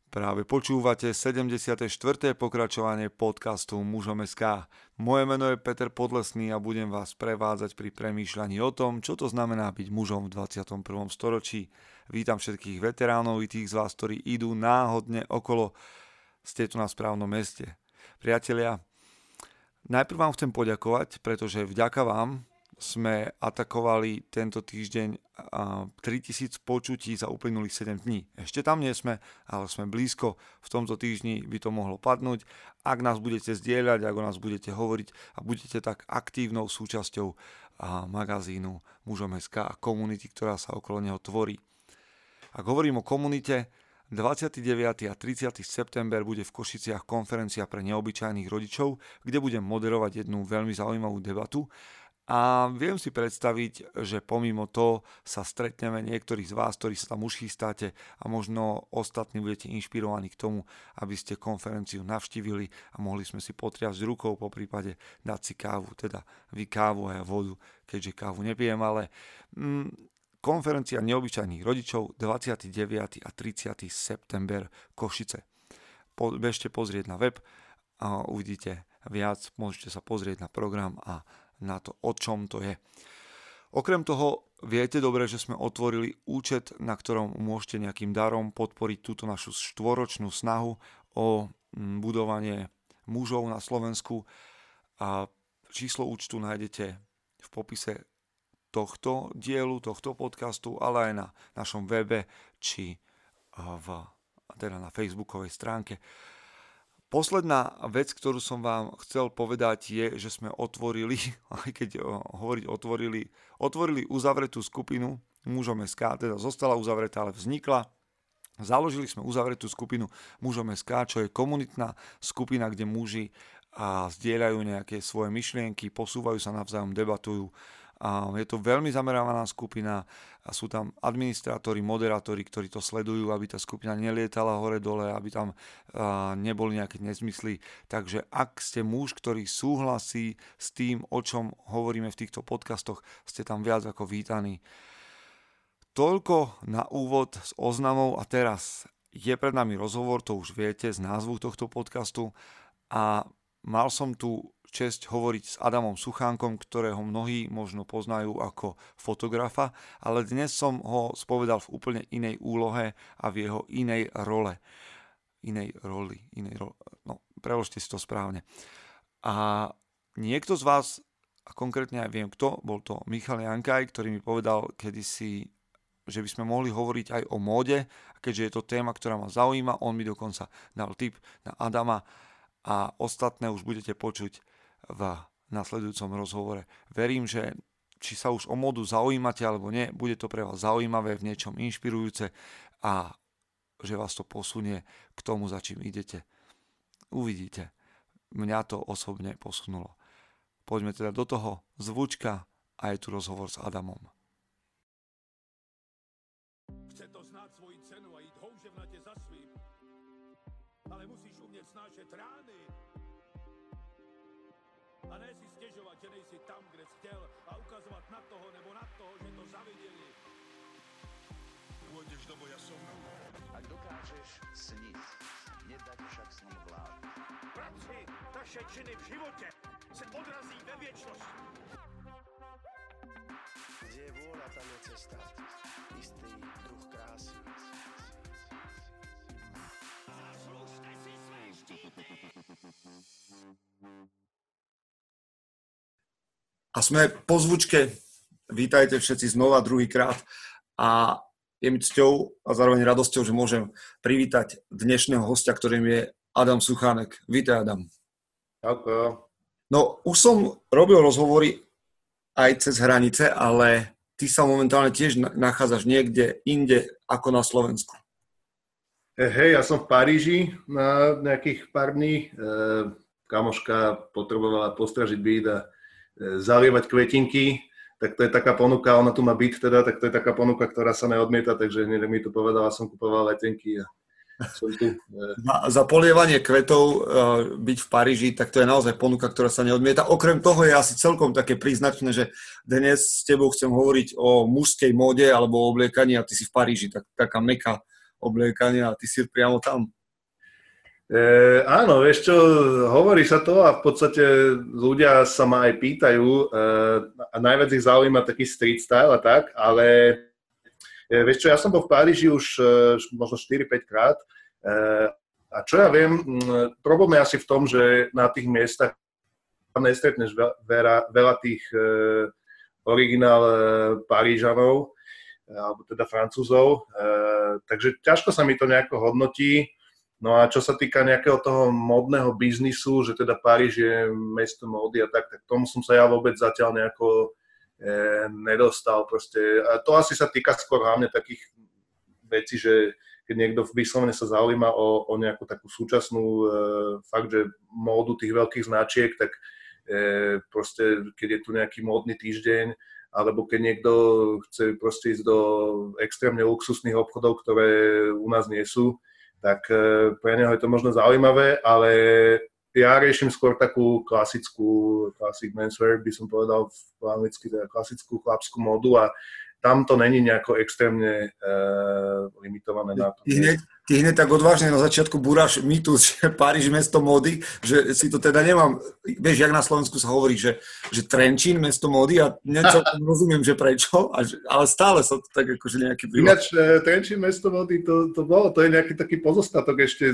Práve počúvate 74. pokračovanie podcastu Mužom.sk. Moje meno je Peter Podlesný a budem vás prevádzať pri premýšľaní o tom, čo to znamená byť mužom v 21. storočí. Vítam všetkých veteránov i tých z vás, ktorí idú náhodne okolo. Ste tu na správnom mieste. Priatelia, najprv vám chcem poďakovať, pretože vďaka vám sme atakovali tento týždeň 3000 počutí za uplynulých 7 dní. Ešte tam nie sme, ale sme blízko. V tomto týždni by to mohlo padnúť. Ak nás budete zdieľať, ak o nás budete hovoriť a budete tak aktívnou súčasťou magazínu Mužom.sk a komunity, ktorá sa okolo neho tvorí. Ak hovorím o komunite, 29. a 30. september bude v Košiciach konferencia pre neobyčajných rodičov, kde budem moderovať jednu veľmi zaujímavú debatu. A viem si predstaviť, že pomimo toho sa stretneme niektorí z vás, ktorí sa tam už chystáte a možno ostatní budete inšpirovaní k tomu, aby ste konferenciu navštívili a mohli sme si potriasť rukou, po prípade dať si kávu, teda vy kávu a ja vodu, keďže kávu nepijem, ale konferencia neobyčajných rodičov 29. a 30. september Košice. Bežte pozrieť na web a uvidíte viac, môžete sa pozrieť na program a na to, o čom to je. Okrem toho, viete dobre, že sme otvorili účet, na ktorom môžete nejakým darom podporiť túto našu štvoročnú snahu o budovanie mužov na Slovensku. A číslo účtu nájdete v popise tohto dielu, tohto podcastu, ale aj na našom webe, či teda na facebookovej stránke. Posledná vec, ktorú som vám chcel povedať, je, že sme otvorili, aj keď hovoriť otvorili uzavretú skupinu Mužom.sk, teda zostala uzavretá, ale vznikla. Založili sme uzavretú skupinu Mužom.sk, čo je komunitná skupina, kde muži zdieľajú nejaké svoje myšlienky, posúvajú sa navzájom, debatujú. Je to veľmi zameraná skupina a sú tam administrátori, moderátori, ktorí to sledujú, aby tá skupina nelietala hore-dole, aby tam neboli nejaké nezmysly. Takže ak ste muž, ktorý súhlasí s tým, o čom hovoríme v týchto podcastoch, ste tam viac ako vítaní. Toľko na úvod s oznamou a teraz je pred nami rozhovor, to už viete z názvu tohto podcastu a mal som tu česť hovoriť s Adamom Suchánkom, ktorého mnohí možno poznajú ako fotografa, ale dnes som ho spovedal v úplne inej úlohe a v jeho inej role. Preložte si to správne. A niekto z vás, a konkrétne aj viem kto, bol to Michal Jankaj, ktorý mi povedal kedysi, že by sme mohli hovoriť aj o móde, a keďže je to téma, ktorá ma zaujíma, on mi dokonca dal tip na Adama a ostatné už budete počuť v nasledujúcom rozhovore. Verím, že či sa už o módu zaujímate alebo nie, bude to pre vás zaujímavé, v niečom inšpirujúce a že vás to posunie k tomu, za čím idete. Uvidíte. Mňa to osobne posunulo. Poďme teda do toho. Zvučka a je tu rozhovor s Adamom. Chce to znáť svoji cenu a ísť houževnate za svým. Ale musíš umieť snášať rány. A ne si stěžovat, že nejsi tam, kde jsi chtěl a ukazovat na toho nebo na toho, že to zaviděli. Pôjdeš do boja som. Ak dokážeš sniť, nedať však snom vlád. Práci, taše činy v životě se odrazí ve věčnosti. Kde je vôľa, tam je cesta. Istý druh krásy. Zaslužte si své štíty. A sme po zvučke. Vítajte všetci znova druhýkrát. A je mi cťou a zároveň radosťou, že môžem privítať dnešného hostia, ktorým je Adam Suchánek. Vítaj, Adam. Ďakujem. No, už som robil rozhovory aj cez hranice, ale ty sa momentálne tiež nachádzaš niekde inde ako na Slovensku. Hej, ja som v Paríži na nejakých pár dní. Kamoška potrebovala postražiť byt a zalievať kvetinky, tak to je taká ponuka, ona tu má byt teda, tak to je taká ponuka, ktorá sa neodmieta, takže hneď mi tu povedala, som kupoval letenky a som tu. Za polievanie kvetov byť v Paríži, tak to je naozaj ponuka, ktorá sa neodmieta. Okrem toho je asi celkom také príznačné, že dnes s tebou chcem hovoriť o mužskej móde alebo o obliekaní a ty si v Paríži, tak taká meka obliekania a ty si priamo tam. Áno, vieš čo, hovorí sa to a v podstate ľudia sa ma aj pýtajú a najviac ich zaujíma taký street style a tak, ale vieš čo, ja som bol v Paríži už možno 4-5 krát a čo ja viem, problém je asi v tom, že na tých miestach nestretneš veľa tých originál Parížanov alebo teda Francúzov, takže ťažko sa mi to nejako hodnotí. No a čo sa týka nejakého toho módneho biznisu, že teda Paríž je mesto módy a tak tomu som sa ja vôbec zatiaľ nejako nedostal. Proste. A to asi sa týka skôr hlavne takých vecí, že keď niekto vyslovene sa zaujíma o nejakú takú súčasnú fakt, že módu tých veľkých značiek, tak proste keď je tu nejaký módny týždeň, alebo keď niekto chce proste ísť do extrémne luxusných obchodov, ktoré u nás nie sú, tak pre neho je to možno zaujímavé, ale ja riešim skôr takú classic menswear, by som povedal po anglicky, teda klasickú chlapskú módu a tam to není nejako extrémne limitované na to. Ty hneď tak odvážne na začiatku búraš mýtus, že Paríž mesto módy, že si to teda nemám, vieš, jak na Slovensku sa hovorí, že Trenčín mesto módy a necelkom rozumiem, že prečo, ale stále sa to tak akože nejaký príklad. Ináč Trenčín mesto módy to je nejaký taký pozostatok ešte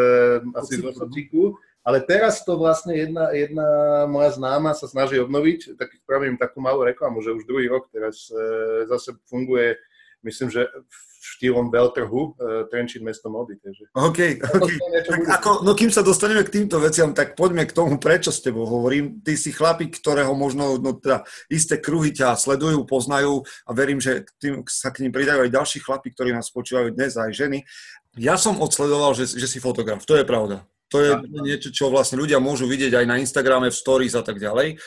asi z Osatíku, ale teraz to vlastne jedna moja známa sa snaží obnoviť, tak spravím takú malú reklamu, že už druhý rok teraz zase funguje, myslím, že štýlom veľtrhu, Trenčín mesto módy. OK. No kým sa dostaneme k týmto veciam, tak poďme k tomu, prečo s tebou hovorím. Ty si chlapík, ktorého možno teda isté kruhy ťa sledujú, poznajú a verím, že sa k ním pridajú aj ďalší chlapí, ktorí nás počúvajú dnes, aj ženy. Ja som odsledoval, že si fotograf, to je pravda. To je niečo, čo vlastne ľudia môžu vidieť aj na Instagrame, v stories a tak ďalej.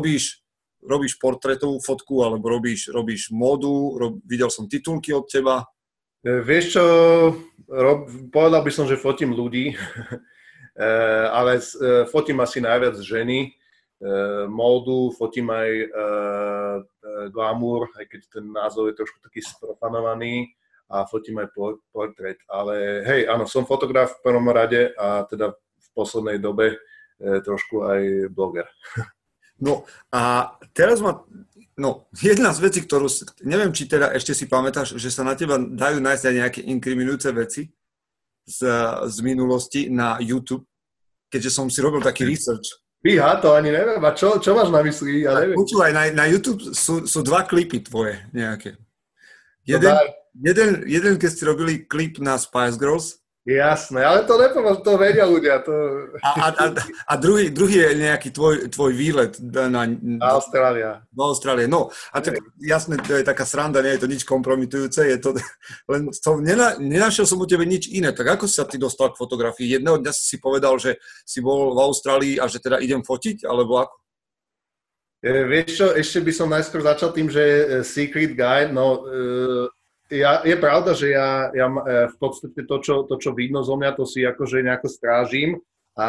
Robíš portrétovú fotku alebo robíš módu, videl som titulky od teba. Vieš čo, povedal by som, že fotím ľudí, ale fotím asi najviac ženy, módu, fotím aj glamour, aj keď ten názov je trošku taký sprofanovaný a fotím aj portrét. Ale hej, áno, som fotograf v prvom rade a teda v poslednej dobe trošku aj bloger. No a teraz jedna z vecí, ktorú, neviem, či teda ešte si pamätáš, že sa na teba dajú nájsť aj nejaké inkriminujúce veci z minulosti na YouTube, keďže som si robil taký research. To ani neviem. A čo máš na mysli? Ja neviem. Počúvaj, na YouTube sú dva klipy tvoje nejaké. Jeden, keď ste robili klip na Spice Girls. Jasné, ale to vedia ľudia. A druhý je nejaký tvoj výlet na Austrália. Do Austrálie. No, a tak jasné, to je taká sranda, nie je to nič kompromitujúce, je to, len nenašiel som u tebe nič iné. Tak ako sa ty dostal k fotografii? Jedného dňa si povedal, že si bol v Austrálii a že teda idem fotiť, alebo ako? Vieš čo, ešte by som najskôr začal tým, že Secret Guy, je pravda, že ja v podstate to, čo vidno zo mňa, to si akože nejako strážim a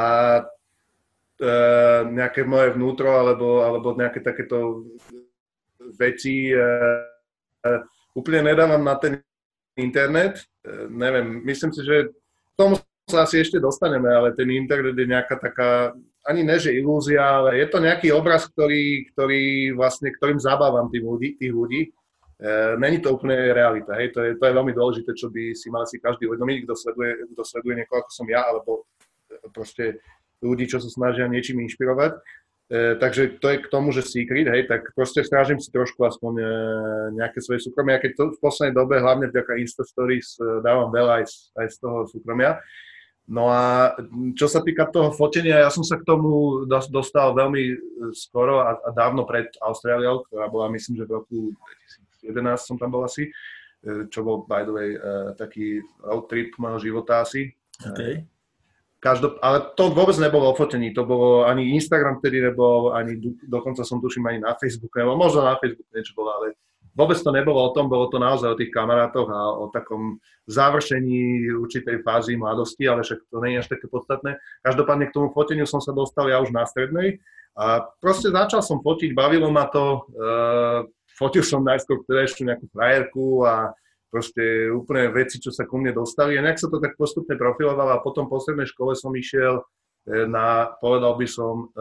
nejaké moje vnútro alebo nejaké takéto veci úplne nedávam na ten internet. Neviem, myslím si, že k tomu sa asi ešte dostaneme, ale ten internet je nejaká taká, ani ne, že ilúzia, ale je to nejaký obraz, ktorým zabávam tých ľudí. Není to úplne realita, hej? To je veľmi dôležité, čo by si mal si každý uvedomiť, kto sleduje niekoho, ako som ja, alebo proste ľudí, čo sa snažia niečím inšpirovať. Takže to je k tomu, že secret, hej, tak proste strážim si trošku aspoň nejaké svoje súkromia, keď to v poslednej dobe, hlavne vďaka Insta Stories, dávam veľa aj z toho súkromia. No a čo sa týka toho fotenia, ja som sa k tomu dostal veľmi skoro a dávno pred Austráliou, ktorá bola, myslím, že v roku 2011 som tam bol asi, čo bol, by the way, taký road trip môjho života asi. Okay. Ale to vôbec nebolo o fotení, to bolo, ani Instagram vtedy nebol, ani dokonca som tuším ani na Facebooku, nebo možno na Facebooku niečo bolo, ale vôbec to nebolo o tom, bolo to naozaj o tých kamarátoch a o takom završení určitej fázy mladosti, ale však to nie je až také podstatné. Každopádne k tomu foteniu som sa dostal ja už na strednej a proste začal som fotiť, bavilo ma to, fotil som najskôr vtedajšiu nejakú frajerku a proste úplne veci, čo sa ku mne dostali. A nejak sa to tak postupne profilovalo a potom v poslednej škole som išiel na, povedal by som,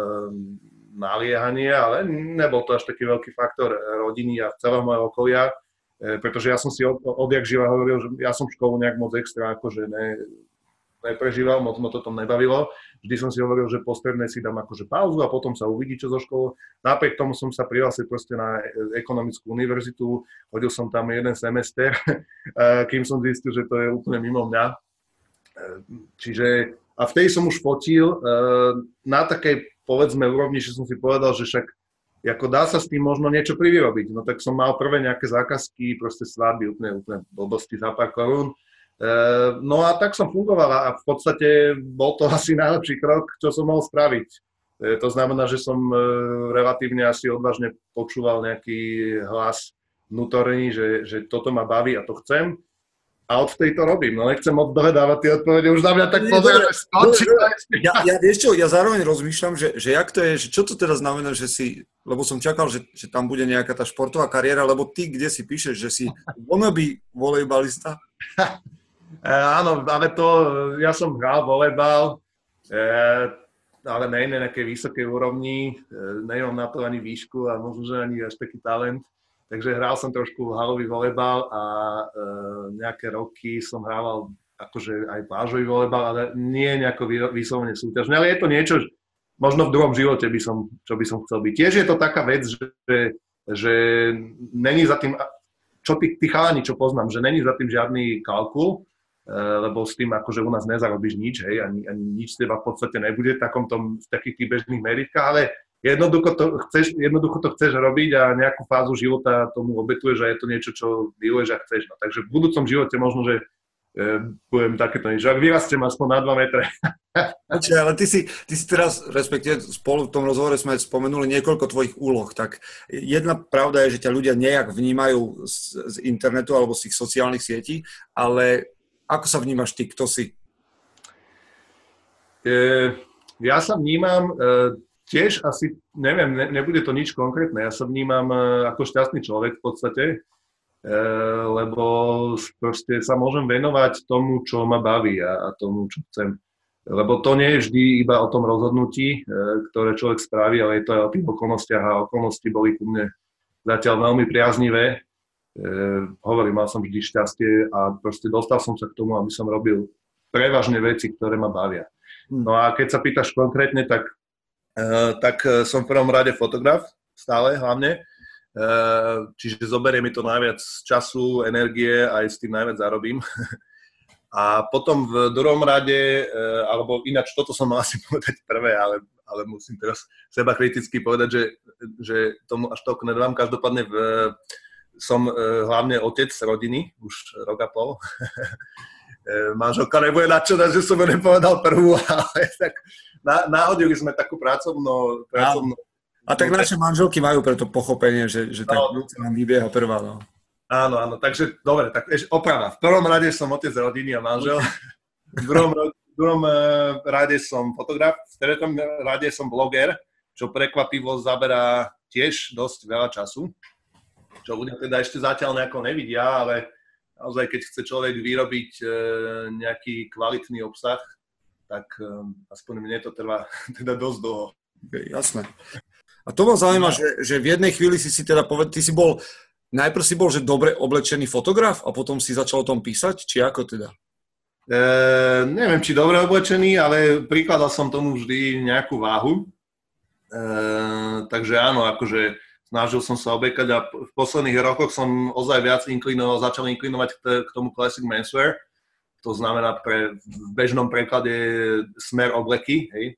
naliehanie, ale nebol to až taký veľký faktor rodiny a celého mojho okolia, pretože ja som si odjak živa hovoril, že ja som školu nejak moc extra akože neprežíval, moc ma to tom nebavilo. Vždy som si hovoril, že po strednej si dám akože pauzu a potom sa uvidí, čo zo školy. Napriek tomu som sa prihlásil proste na ekonomickú univerzitu, hodil som tam jeden semester, kým som zistil, že to je úplne mimo mňa. Čiže, a vtedy som už fotil na takej, povedzme, úrovni, že som si povedal, že však ako dá sa s tým možno niečo privyrobiť. No tak som mal prvé nejaké zákazky, proste svadby, úplne blbosti za pár korún. No a tak som fungoval a v podstate bol to asi najlepší krok, čo som mohol spraviť. To znamená, že som relatívne asi odvážne počúval nejaký hlas vnútorný, že toto ma baví a to chcem. A odvtedy to robím. No nechcem moc dovedávať tie odpovede, už na mňa tak pozrieme skočí. Ja zároveň rozmýšľam, že jak to je, že čo to teda znamená, že si, lebo som čakal, že tam bude nejaká tá športová kariéra, lebo ty kde si píšeš, že si wannabe volejbalista? Áno, ale to, ja som hral volejbal, ale ne na nejakej vysokej úrovni, nemám na to ani výšku a možno, že ani až taký talent. Takže hral som trošku halový volejbal a nejaké roky som hrával akože aj plážový volejbal, ale nie nejako vyslovene súťažné. Ale je to niečo, možno v druhom živote čo by som chcel byť. Tiež je to taká vec, že není za tým, čo tí chalani, čo poznám, že není za tým žiadny kalkul, lebo s tým akože u nás nezarobíš nič, hej, ani nič z teba v podstate nebude v takých tých bežných meritkách, ale jednoducho to chceš robiť a nejakú fázu života tomu obetuješ a je to niečo, čo miluješ a chceš. No, takže v budúcom živote možno, že budem takéto niečo. Ak vyrastiem aspoň na 2 metre. Ale ty si teraz, respektíve spolu v tom rozhovore sme spomenuli niekoľko tvojich úloh, tak jedna pravda je, že ťa ľudia nejak vnímajú z internetu alebo z tých sociálnych sietí, ale ako sa vnímaš ty? Kto si? Ja sa vnímam tiež asi, neviem, nebude to nič konkrétne. Ja sa vnímam ako šťastný človek v podstate, lebo proste sa môžem venovať tomu, čo ma baví a tomu, čo chcem. Lebo to nie je vždy iba o tom rozhodnutí, ktoré človek spraví, ale je to aj o tých okolnostiach a okolnosti boli ku mne zatiaľ veľmi priaznivé. Hovorím, mal som vždy šťastie a proste dostal som sa k tomu, aby som robil prevažne veci, ktoré ma bavia. No a keď sa pýtaš konkrétne, tak som v prvom rade fotograf, stále hlavne, čiže zoberie mi to najviac času, energie a aj s tým najviac zarobím. A potom v druhom rade, alebo ináč toto som mal asi povedať prvé, ale musím teraz seba kriticky povedať, že tomu až toľko nedám. Každopádne som hlavne otec rodiny, už rok a pol. Manželka nebude nadšená, že som nepovedal prvú, ale tak nahodili sme takú pracovnú. A tak naše manželky majú preto pochopenie, že tak sa nám vybieha prvá. No. Áno, takže dobre, tak oprava. V prvom rade som otec rodiny a manžel. V druhom rade som fotograf, v treťom rade som bloger, čo prekvapivo zaberá tiež dosť veľa času. Čo ľudia teda ešte zatiaľ nejako nevidia, ale naozaj, keď chce človek vyrobiť nejaký kvalitný obsah, tak aspoň mne to trvá teda dosť dlho. Okay, jasné. A to ma zaujíma, že v jednej chvíli si teda povedal, najprv si bol, že dobre oblečený fotograf a potom si začal o tom písať, či ako teda? Neviem, či dobre oblečený, ale prikladal som tomu vždy nejakú váhu. Takže áno, akože snažil som sa obliekať a v posledných rokoch som ozaj viac začal inklinovať k tomu classic menswear. To znamená v bežnom preklade smer obleky. Hej.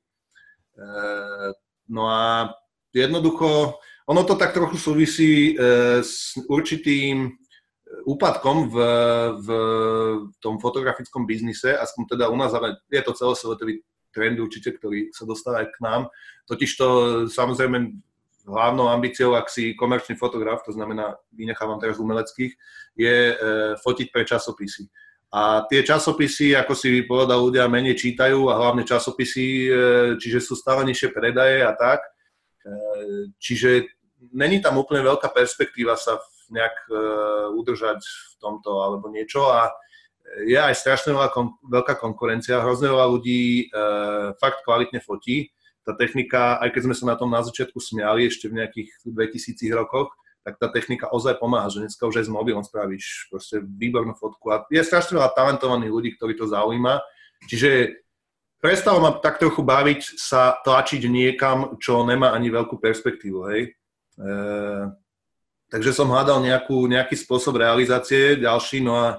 No a jednoducho, ono to tak trochu súvisí s určitým úpadkom v tom fotografickom biznise, aspoň teda u nás, ale je to celosvetový trend určite, ktorý sa dostáva aj k nám. Totižto samozrejme hlavnou ambíciou, ak si komerčný fotograf, to znamená, vynechávam teraz umeleckých, je fotiť pre časopisy. A tie časopisy, ako si povedal, ľudia menej čítajú a hlavne časopisy, čiže sú stále nižšie predaje a tak. Čiže není tam úplne veľká perspektíva sa nejak udržať v tomto alebo niečo a je aj strašne veľká konkurencia, hrozne veľa ľudí fakt kvalitne fotí. Tá technika, aj keď sme sa na tom na začiatku smiali ešte v nejakých 2000 rokoch, tak tá technika ozaj pomáha, že dneska už aj s mobilom spravíš proste výbornú fotku a je strašne veľa talentovaných ľudí, ktorí to zaujíma. Čiže prestalo ma tak trochu baviť sa tlačiť niekam, čo nemá ani veľkú perspektívu, hej. Takže som hľadal nejaký spôsob realizácie ďalší, no a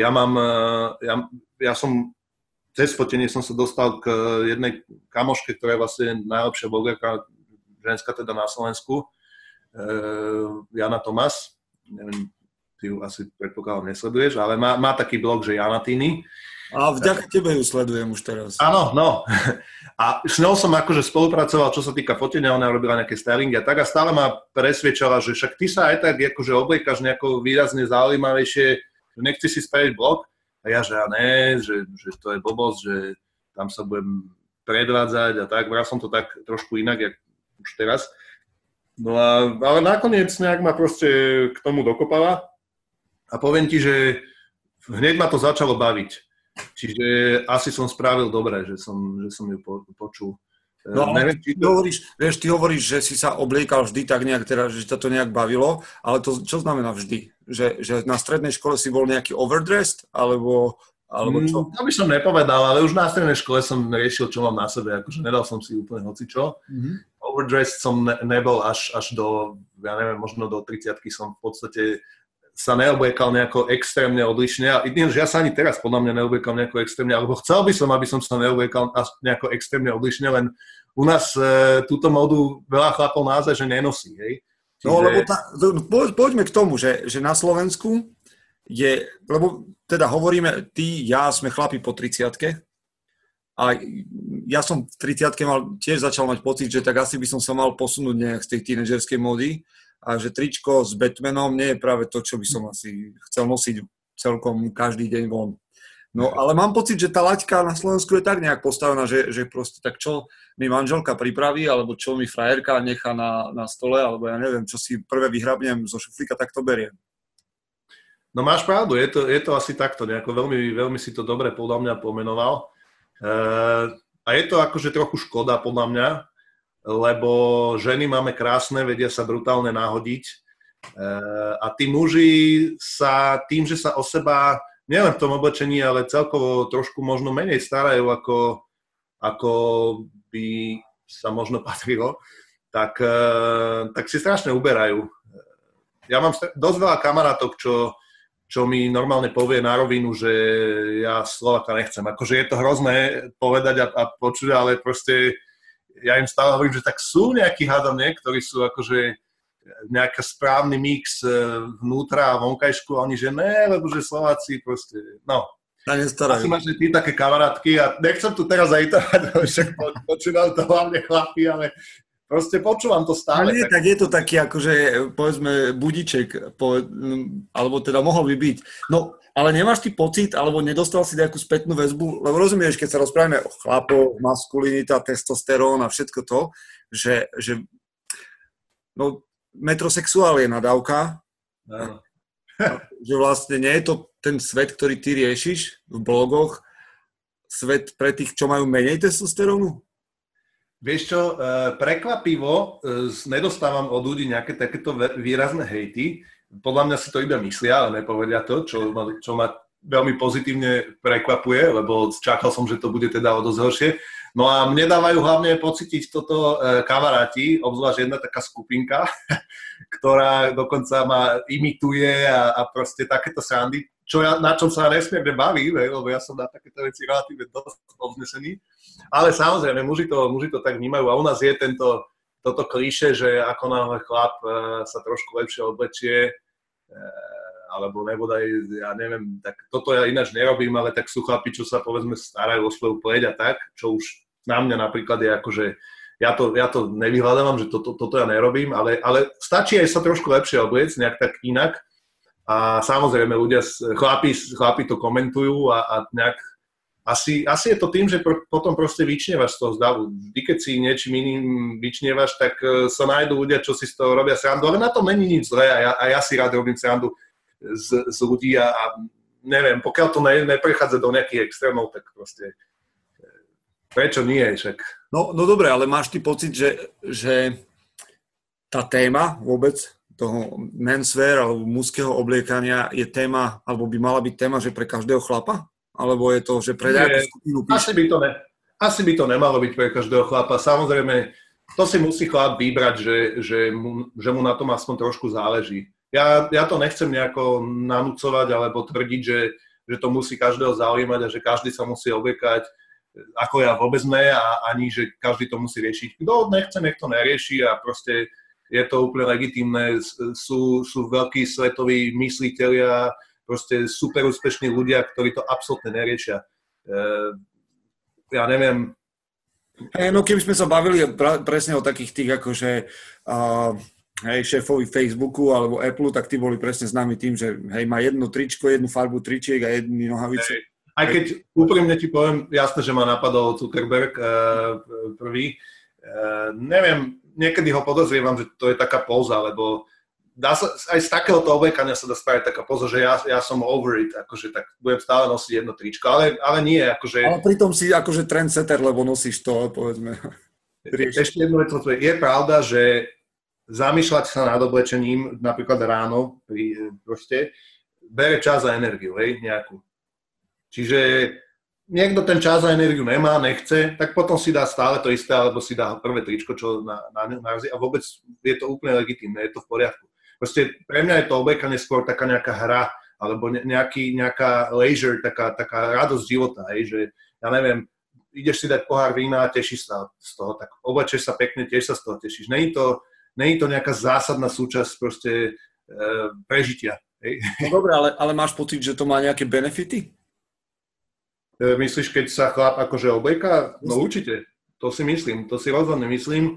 ja som cez fotenie som sa dostal k jednej kamoške, ktorá je vlastne najlepšia blogerka ženská teda na Slovensku, Jana Tomas, neviem, ty ju asi predpokladám nesleduješ, ale má taký blog, že Jana Tiny. A vďaka tebe ju sledujem už teraz. Áno, no. A s ňou som akože spolupracoval, čo sa týka fotenia, ona robila nejaké stylingy a tak a stále ma presviečala, že však ty sa aj tak akože obliekaš nejako výrazne zaujímavejšie, že nechci si spraviť blog. A ja, že ne, že to je blbosť, že tam sa budem predvádzať a tak. Bral som to tak trošku inak, jak už teraz. No ale nakoniec nejak ma proste k tomu dokopala a poviem ti, že hneď ma to začalo baviť. Čiže asi som spravil dobre, že som ju počul. No, neviem, ty hovoríš, že si sa obliekal vždy tak nejak, teda, že ťa to nejak bavilo, ale to čo znamená vždy? Že na strednej škole si bol nejaký overdressed, alebo čo? To by som nepovedal, ale už na strednej škole som riešil, čo mám na sebe, akože nedal som si úplne hocičo. Overdressed som nebol až do, ja neviem, možno do 30-ky som v podstate sa neobliekal nejako extrémne odlišne. A že ja sa ani teraz podľa mňa neobliekal nejako extrémne, alebo chcel by som, aby som sa neobliekal nejako extrémne odlišne, len u nás túto módu veľa chlapov naozaj, že nenosí, hej. Čiže... No, lebo poďme k tomu, že na Slovensku je, lebo teda hovoríme, ty, ja sme chlapi po 30-ke a ja som v 30-ke tiež začal mať pocit, že tak asi by som sa mal posunúť nejak z tej tínedžerskej módy a že tričko s Batmanom nie je práve to, čo by som asi chcel nosiť celkom každý deň von. No, ale mám pocit, že tá laťka na Slovensku je tak nejak postavená, že proste tak čo mi manželka pripraví, alebo čo mi frajerka nechá na stole, alebo ja neviem, čo si prvé vyhrabnem zo šuflíka, tak to beriem. No máš pravdu, je to asi takto, nejako veľmi, veľmi si to dobre podľa mňa pomenoval. A je to akože trochu škoda podľa mňa, lebo ženy máme krásne, vedia sa brutálne nahodiť a tí muži sa tým, že sa o seba nielen v tom oblečení, ale celkovo trošku možno menej starajú, ako by sa možno patrilo, tak si strašne uberajú. Ja mám dosť veľa kamarátov, čo mi normálne povie na rovinu, že ja Slováka nechcem. Akože je to hrozné povedať a počuť, ale proste ja im stále hovorím, že tak sú nejakí hádam, ktorí sú akože nejaký správny mix vnútra a vonkajšku a oni, že ne, lebo že Slováci proste, no. Asi máš ty také kamarátky a nechcem tu teraz zajitovať, však počúvam to hlavne chlapi, ale proste počúvam to stále. No nie, tak je to taký akože, povedzme, budiček, alebo teda mohol by byť. No, ale nemáš ty pocit, alebo nedostal si nejakú spätnú väzbu, lebo rozumieš, keď sa rozprávame o chlapoch, maskulinita, testosterón a všetko to, že no, metrosexuál je nadávka, že vlastne nie je to ten svet, ktorý ty riešiš v blogoch, svet pre tých, čo majú menej testosterónu? Vieš čo, prekvapivo nedostávam od ľudí nejaké takéto výrazné hejty. Podľa mňa si to iba myslia, ale nepovedia to, čo ma veľmi pozitívne prekvapuje, lebo čakal som, že to bude teda o dosť horšie. No a mne dávajú hlavne pocítiť toto kamaráti, obzvlášť jedna taká skupinka, ktorá dokonca ma imituje a proste takéto srandy, na čom sa nesmierne baví, lebo ja som na takéto veci relatívne dosť povznesený. Ale samozrejme, muži to tak vnímajú a u nás je toto klíše, že ako náhle chlap sa trošku lepšie oblečie, alebo nebodaj, ja neviem, tak toto ja ináč nerobím, ale tak sú chlapi, čo sa povedzme starajú o svoju pleť a tak, čo už na mňa napríklad je akože, ja to nevyhľadávam, že toto ja nerobím, ale stačí aj sa trošku lepšie obliecť, nejak tak inak a samozrejme ľudia, chlapi to komentujú a nejak asi je to tým, že potom proste vyčnievaš z toho zdavu. Vždy, keď si niečím iným vyčnievaš, tak sa nájdú ľudia, čo si z toho robia srandu, ale na tom není nič zlé a ja si rád robím srandu z ľudí a neviem, pokiaľ to neprechádza do nejakých extrémov, tak proste prečo nie, však. No dobre, ale máš ty pocit, že tá téma vôbec toho menswear alebo mužského obliekania je téma, alebo by mala byť téma, že pre každého chlapa? Alebo je to, že pre nejakú skupinu píše? Asi by to nemalo byť pre každého chlapa. Samozrejme, to si musí chlap vybrať, že mu na tom aspoň trošku záleží. Ja to nechcem nejako nanúcovať alebo tvrdiť, že to musí každého zaujímať a že každý sa musí obliekať ako ja vôbec ne a ani, že každý to musí riešiť. Kto nechce, nech to nerieši a proste je to úplne legitímne. Sú veľkí svetoví myslitelia, proste super úspešní ľudia, ktorí to absolútne neriešia. Ja neviem. No keby sme sa bavili presne o takých tých akože šéfovi Facebooku alebo Apple, tak tí boli presne známi tým, že má jedno tričko, jednu farbu tričiek a jedny nohavice. Aj keď úprimne ti poviem, jasné, že ma napadol Zuckerberg prvý. Neviem, niekedy ho podozrievam, že to je taká póza, lebo dá sa, aj z takéhoto obliekania sa dá spraviť taká póza, že ja som over it, akože tak budem stále nosiť jedno tričko, ale nie, akože... Ale pritom si akože trendsetter, lebo nosíš to, povedzme. Ešte jednu vec, je pravda, že zamýšľať sa nad oblečením, napríklad ráno, proste, bere čas a energiu, hej, nejakú. Čiže niekto ten čas a energiu nemá, nechce, tak potom si dá stále to isté, alebo si dá prvé tričko, čo narazí a vôbec je to úplne legitímne, je to v poriadku. Proste pre mňa je to obliekanie skôr taká nejaká hra, alebo nejaká leisure, taká radosť života, hej, že ja neviem, ideš si dať pohár vína a tešíš sa z toho, tak oblečeš sa pekne, tiež sa z toho tešíš. Není to nejaká zásadná súčasť proste prežitia. Hej. No dobré, ale máš pocit, že to má nejaké benefity? Myslíš, keď sa chlap akože oblieká? No určite, to si myslím, to si rozhodne myslím.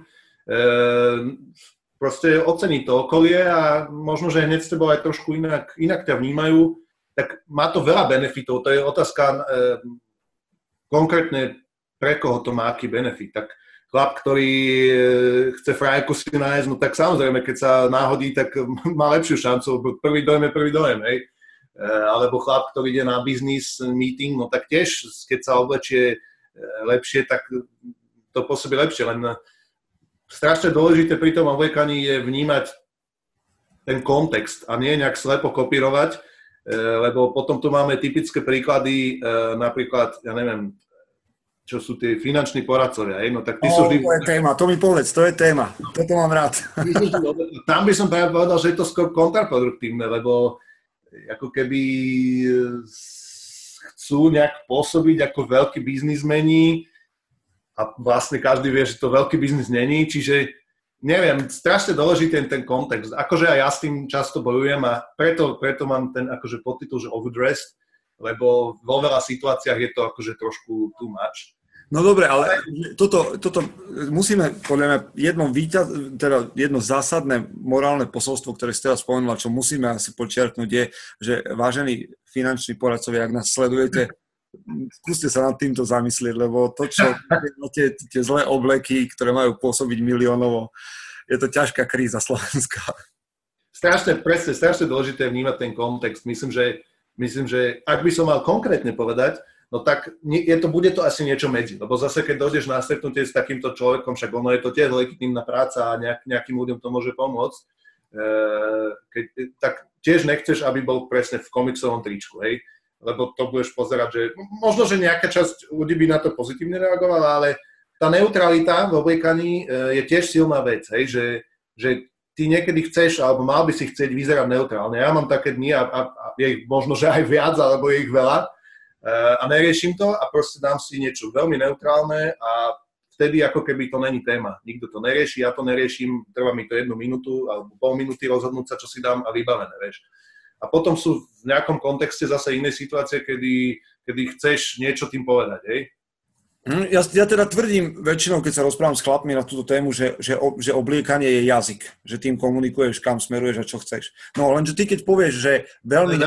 Proste ocení to okolie a možno, že hneď s tebou aj trošku inak ťa vnímajú, tak má to veľa benefitov. To je otázka konkrétne, pre koho to má aký benefit. Tak chlap, ktorý chce frajerku si nájsť, no tak samozrejme, keď sa náhodí, tak má lepšiu šancu. Prvý dojem, hej. Alebo chlap, ktorý ide na business meeting, no tak tiež, keď sa oblečie lepšie, tak to pôsobí lepšie. Len strašne dôležité pri tom obliekaní je vnímať ten kontext a nie nejak slepo kopírovať, lebo potom tu máme typické príklady, napríklad, ja neviem, čo sú tie finanční poradcovia, no tak tí sú vždy... To je téma, to mi povedz, to je téma, toto mám rád. Tam by som práve povedal, že je to skôr kontraproduktívne, lebo ako keby chcú nejak pôsobiť ako veľkí biznismeni a vlastne každý vie, že to veľký biznis není, čiže neviem, strašne dôležitý ten kontext. Akože aj ja s tým často bojujem a preto mám ten akože podtitul, že overdressed, lebo vo veľa situáciách je to akože trošku too much. No dobre, ale toto musíme, podľa mňa, jedno zásadné morálne posolstvo, ktoré ste teraz spomenula, čo musíme asi počiarknúť, je, že vážení finanční poradcovia, ak nás sledujete, skúste sa nad týmto zamyslieť, lebo to, čo tie zlé obleky, ktoré majú pôsobiť miliónovo, je to ťažká kríza Slovenska. Strašne dôležité vnímať ten kontext. Myslím, že ak by som mal konkrétne povedať, no tak bude to asi niečo medzi, lebo zase keď dojdeš na stretnutie s takýmto človekom, však ono je to tiež legitímna práca a nejakým ľuďom to môže pomôcť, tak tiež nechceš, aby bol presne v komiksovom tričku, hej, lebo to budeš pozerať, že možno, že nejaká časť ľudí by na to pozitívne reagovala, ale tá neutralita v obliekaní je tiež silná vec, hej, že ty niekedy chceš, alebo mal by si chcieť vyzerať neutrálne. Ja mám také dni a je ich možno, že aj viac, alebo je ich veľa, a neriešim to a proste dám si niečo veľmi neutrálne a vtedy ako keby to není téma. Nikto to nerieši, ja to neriešim, trvá mi to 1 minútu alebo pol minúty rozhodnúť sa, čo si dám a vybavené, vieš. A potom sú v nejakom kontexte zase iné situácie, kedy chceš niečo tým povedať, hej. Ja teda tvrdím väčšinou, keď sa rozprávam s chlapmi na túto tému, že obliekanie je jazyk, že tým komunikuješ, kam smeruješ a čo chceš. No lenže ty keď povieš, že veľmi...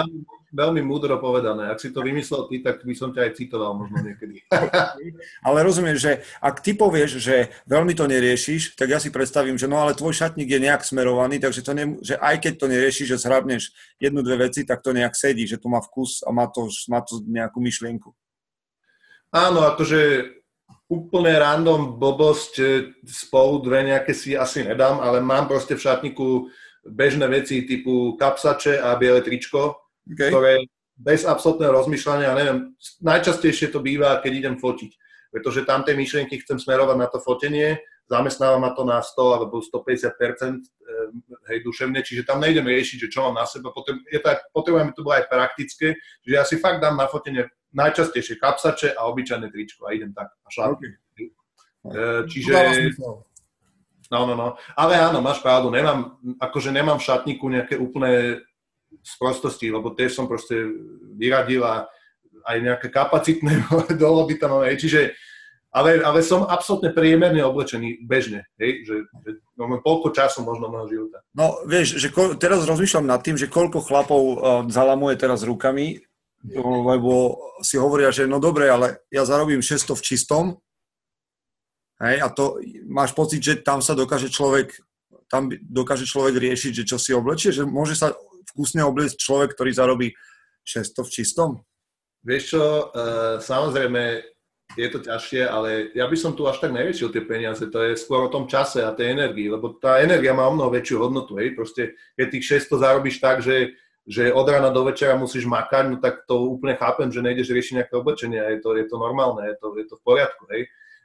veľmi múdro povedané. Ak si to vymyslel ty, tak by som ťa aj citoval možno niekedy. Ale rozumieš, že ak ty povieš, že veľmi to neriešiš, tak ja si predstavím, že no ale tvoj šatník je nejak smerovaný, takže že aj keď to neriešiš, že zhrabneš jednu, dve veci, tak to nejak sedí, že to má vkus a má to nejakú myšlienku. Áno, akože úplne random blbosť spolu dve nejaké si asi nedám, ale mám proste v šatníku bežné veci typu kapsače a biele tričko, ktoré bez absolútneho rozmýšľania, neviem, najčastejšie to býva, keď idem fotiť, pretože tam tie myšlienky chcem smerovať na to fotenie, zamestnáva ma to na 100 alebo 150%, hej, duševne, čiže tam nejdem riešiť, že čo mám na sebe, potrebujem to bolo aj praktické, že ja si fakt dám na fotenie najčastejšie kapsače a obyčajné tričko a idem tak a šlapím. Okay. Čiže... No. Ale áno, máš pravdu, nemám v šatníku nejaké úplné sprostosti, lebo tiež som proste vyradil a aj nejaké kapacitné doloby tam mám, čiže, ale som absolútne priemerne oblečený bežne, hej, že mám toľko času možno môjho života. No vieš, že teraz rozmýšľam nad tým, že koľko chlapov zalamuje teraz rukami, lebo si hovoria, že no dobre, ale ja zarobím 600 v čistom, hej, a to máš pocit, že tam dokáže človek riešiť, že čo si oblečie, že môže sa vkusne obliecť človek, ktorý zarobí 600 v čistom? Vieš čo, samozrejme je to ťažšie, ale ja by som tu až tak neriešil tie peniaze, to je skôr o tom čase a tej energii, lebo tá energia má o mnoho väčšiu hodnotu, hej, proste keď tých 600 zarobíš tak, že od rána do večera musíš makať, no tak to úplne chápem, že nejdeš riešiť nejaké oblečenie, je to normálne, je to v poriadku, hej.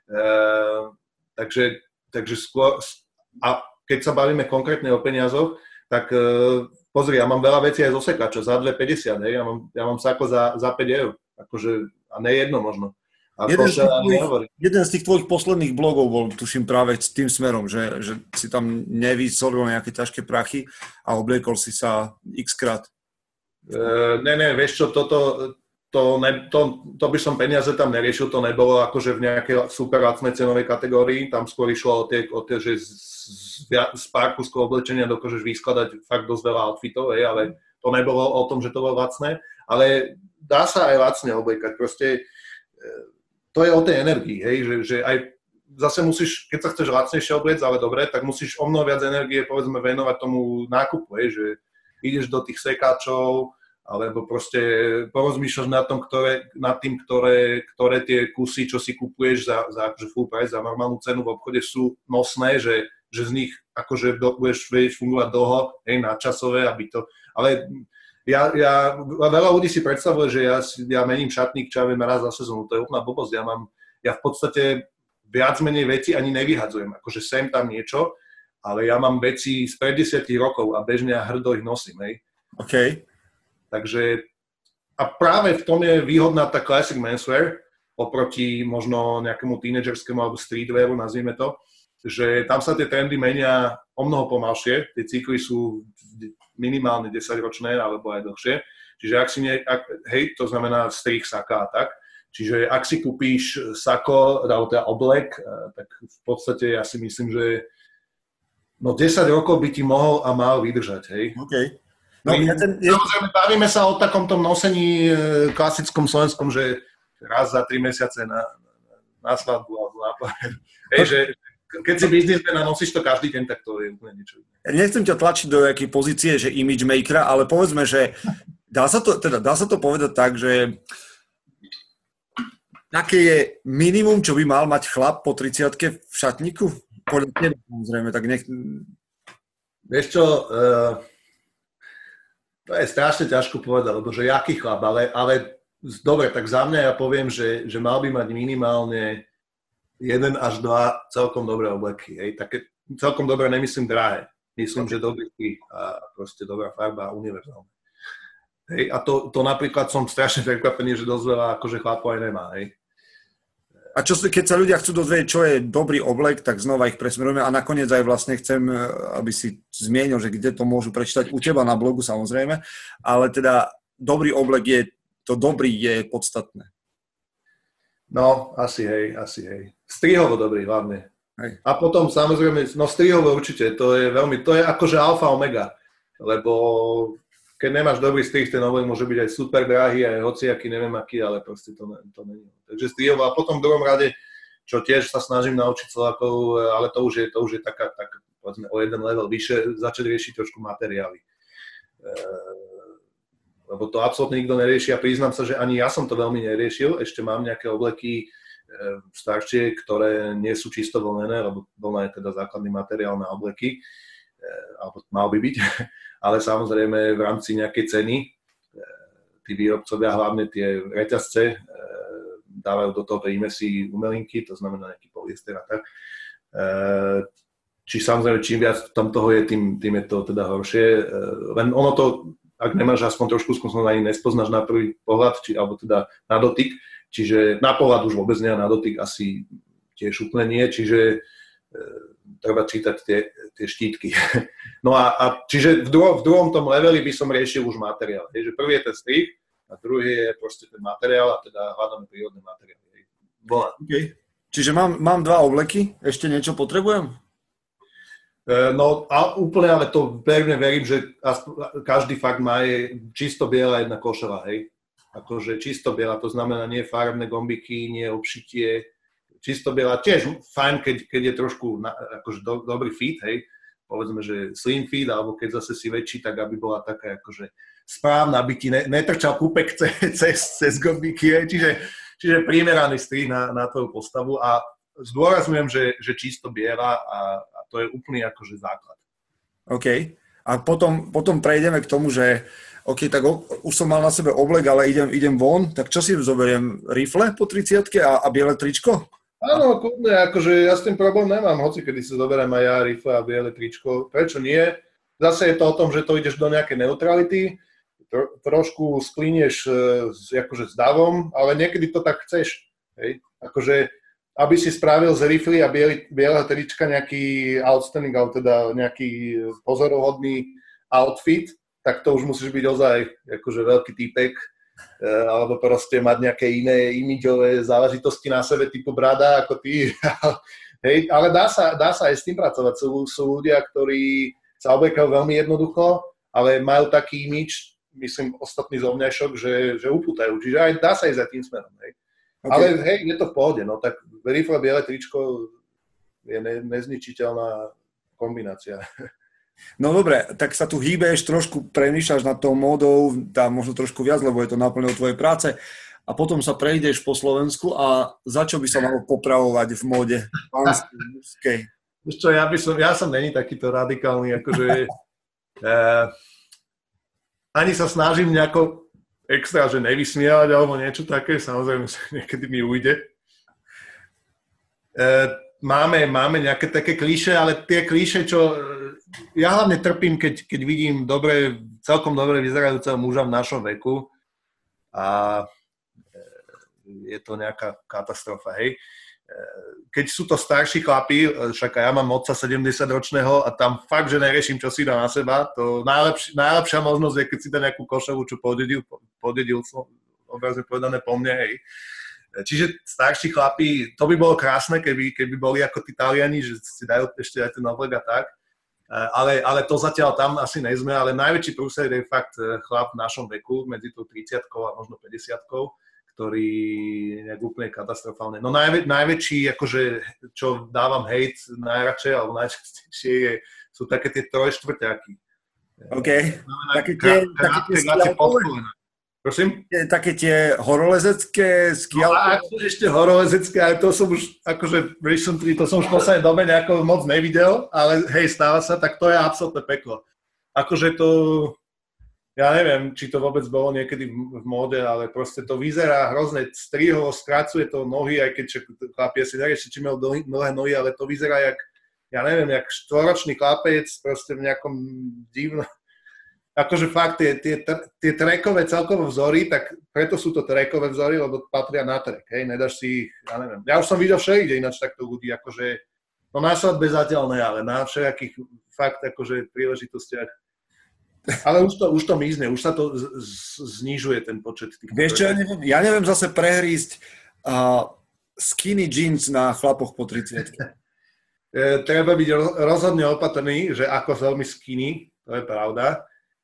Takže skôr, a keď sa bavíme konkrétne o peniazoch, tak pozri, ja mám veľa vecí aj zo sekača, za 2,50, hej, ja mám sako za 5 eur, akože, a ne jedno možno. A jeden z tých tvojich posledných blogov bol, tuším, práve s tým smerom, že si tam nevysolil nejaké ťažké prachy a obliekol si sa x-krát. Ne, vieš čo, to by som peniaze tam neriešil, to nebolo akože v nejakej super lacnej cenovej kategórii, tam skôr išlo o tie, že z pár kuskov oblečenia dokážeš vyskladať fakt dosť veľa outfitov, ale to nebolo o tom, že to bolo lacné, ale dá sa aj lacne obliekať, proste to je o tej energii, hej, že aj zase musíš, keď sa chceš lacnejšie obliecť, ale dobre, tak musíš o mnoho viac energie, povedzme, venovať tomu nákupu, hej, že ideš do tých sekáčov, alebo proste porozmýšľaš nad tým, ktoré tie kusy, čo si kupuješ za akože full price, za normálnu cenu v obchode sú nosné, že z nich akože budeš fungovať dlho, hej, nadčasové, aby to... Ale veľa ľudí si predstavuje, že ja mením šatník, čo ja viem, raz za sezónu, to je úplná blbosť. Ja v podstate viac menej veci ani nevyhadzujem, akože sem tam niečo, ale ja mám veci z 50 rokov a bežne a hrdo ich nosím, hej. OK. Takže a práve v tom je výhodná tá classic menswear oproti možno nejakému tínedžerskému alebo streetwearu, nazvime to, že tam sa tie trendy menia o mnoho pomalšie, tie cykly sú minimálne 10-ročné alebo aj dlhšie, čiže to znamená strih saka a tak, čiže ak si kúpíš sako, alebo teda oblek, tak v podstate ja si myslím, že 10 rokov by ti mohol a mal vydržať, hej. OK. Samozrejme, bavíme sa o takomto nosení klasickom slovenskom, že raz za 3 mesiace na svadbu alebo na pohľad. Hej, že keď si biznismen a nosíš to každý deň, tak to je úplne niečo. Nechcem ťa tlačiť do nejakej pozície, že image makera, ale povedzme, že dá sa to povedať tak, že aké je minimum, čo by mal mať chlap po 30-ke v šatníku? Podľa teba, samozrejme, tak Vieš čo, to je strašne ťažko povedať, lebo že jaký chlap, ale dobre, tak za mňa ja poviem, že mal by mať minimálne 1 až 2 celkom dobré obleky. Hej. Také celkom dobré nemyslím drahé. Myslím, že dobrý a proste dobrá farba a univerzálna. Hej. A to napríklad som strašne prekvapený, že dosť veľa akože chlapov aj nemá. Hej. A keď sa ľudia chcú dozvedieť, čo je dobrý oblek, tak znova ich presmerujeme a nakoniec aj vlastne chcem, aby si zmienil, že kde to môžu prečítať u teba na blogu samozrejme, ale teda dobrý oblek dobrý je podstatné. No, asi hej. Strihovo dobrý hlavne. Hej. A potom samozrejme, strihovo určite, to je akože alfa omega, lebo keď nemáš dobrý strih, ten oblek môže byť aj super drahý, aj hociaký, neviem aký, ale proste to není. Takže strihovo a potom v druhom rade, čo tiež sa snažím naučiť Slovákov, ale to už je taká povedzme o jeden level vyššie, začať riešiť trošku materiály. Lebo to absolútne nikto nerieši a priznám sa, že ani ja som to veľmi neriešil. Ešte mám nejaké obleky staršie, ktoré nie sú čisto vlnené, lebo vlna je teda základný materiál na obleky, alebo mal by byť, ale samozrejme v rámci nejakej ceny tí výrobcovia, hlavne tie reťazce, dávajú do toho prímesí umelinky, to znamená nejaký polyester a tak. Či samozrejme, čím viac tam toho je, tým je to teda horšie. Len ono to, ak nemáš aspoň trošku skúsenosť, ani nespoznáš na prvý pohľad, alebo teda na dotyk. Čiže na pohľad už vôbec nie, na dotyk asi tiež úplne nie. Čiže treba čítať tie štítky. No a čiže v druhom tom leveli by som riešil už materiál. Že prvý je ten strih a druhý je proste ten materiál a teda hľadáme prírodné materiály. Okay. Čiže mám dva obleky, ešte niečo potrebujem? No a úplne, ale to verím, že každý fakt má čisto biela jedna košela, hej. Akože čisto biela, to znamená nie farebné gombiky, nie obšitie, čisto biela. Tiež fajn, keď je trošku akože dobrý fit, hej. Povedzme, že slim fit, alebo keď zase si väčší, tak aby bola taká akože správna, aby ti netrčal kúpek cez gombiky, hej. Čiže primeraný strih na tvoju postavu a zdôrazňujem, že čisto biela a to je úplný akože základ. OK. A potom prejdeme k tomu, že OK, tak už som mal na sebe oblek, ale idem von, tak čo si zoberiem? Rifle po 30-ke a biele tričko? Áno, kľudne, akože ja s tým problém nemám, hoci kedy si zoberiem aj ja rifle a biele tričko. Prečo nie? Zase je to o tom, že to ideš do nejakej neutrality, trošku splínieš akože s davom, ale niekedy to tak chceš. Hej? Akože aby si spravil z rifly a bieleho trička nejaký outstanding, alebo teda nejaký pozoruhodný outfit, tak to už musíš byť ozaj akože veľký týpek, alebo proste mať nejaké iné imidžové záležitosti na sebe, typu brada ako ty. Hej, ale dá sa aj s tým pracovať. Sú ľudia, ktorí sa obliekajú veľmi jednoducho, ale majú taký imidž, myslím, ostatný zovňajšok, že upútajú. Čiže aj dá sa ísť za tým smerom. Hej. Okay. Ale hej, je to v pohode, no tak rifle, biele tričko je nezničiteľná kombinácia. No dobre, tak sa tu hýbeš, trošku premýšľaš nad tou módou, dá možno trošku viac, lebo je to naplňou tvojej práce a potom sa prejdeš po Slovensku a za čo by sa malo popravovať v móde pánskej, mužskej? Víš čo, ja som není takýto radikálny, akože ani sa snažím nejako extra, že nevysmievať alebo niečo také, samozrejme niekedy mi ujde. Máme nejaké také klíše, ale tie klíše, čo ja hlavne trpím, keď vidím celkom dobre vyzerajúceho muža v našom veku a je to nejaká katastrofa, hej. Keď sú to starší chlapi, však ja mám otca 70-ročného a tam fakt, že neriešim, čo si dá na seba, to najlepšia možnosť je, keď si dá nejakú košelu, čo podedil obrazne povedané po mne, hej. Čiže starší chlapi, to by bolo krásne, keby boli ako tí Taliani, že si dajú ešte aj ten oblek a tak, ale to zatiaľ tam asi nejsme, ale najväčší prúser je fakt chlap v našom veku, medzi tou 30-kou a možno 50-kou, ktorý je úplne katastrofálne. No najväčší, akože, čo dávam hejt najradšej, alebo najčastejšie sú také tie trojštvrťáky. OK. Také tie prosím? Také tie horolezecké skialky. No a ešte horolezecké, ale to som už, akože recently, to som už v poslednej dobe nejako moc nevidel, ale hej, stáva sa, tak to je absolútne peklo. Akože to, ja neviem, či to vôbec bolo niekedy v móde, ale proste to vyzerá hrozne strihovo, skracuje to nohy, aj keď chlapie si nerieši, či mal dlhé nohy, ale to vyzerá jak, ja neviem, jak štvoročný chlapec, proste v nejakom divnom. Akože fakt, tie trackové celkovo vzory, tak preto sú to trackové vzory, lebo patria na track, hej, nedáš si ich, ja neviem. Ja už som videl všelikde ináč takto ľudí, akože, no na svadbe zatiaľ ne, ale na všelijakých fakt, akože príležitostiach. Ale už to mizne, už sa to znižuje ten počet tých. Vieš čo, ja neviem zase prehrísť skinny jeans na chlapoch po 30. Treba byť rozhodne opatrný, že ako veľmi skinny, to je pravda.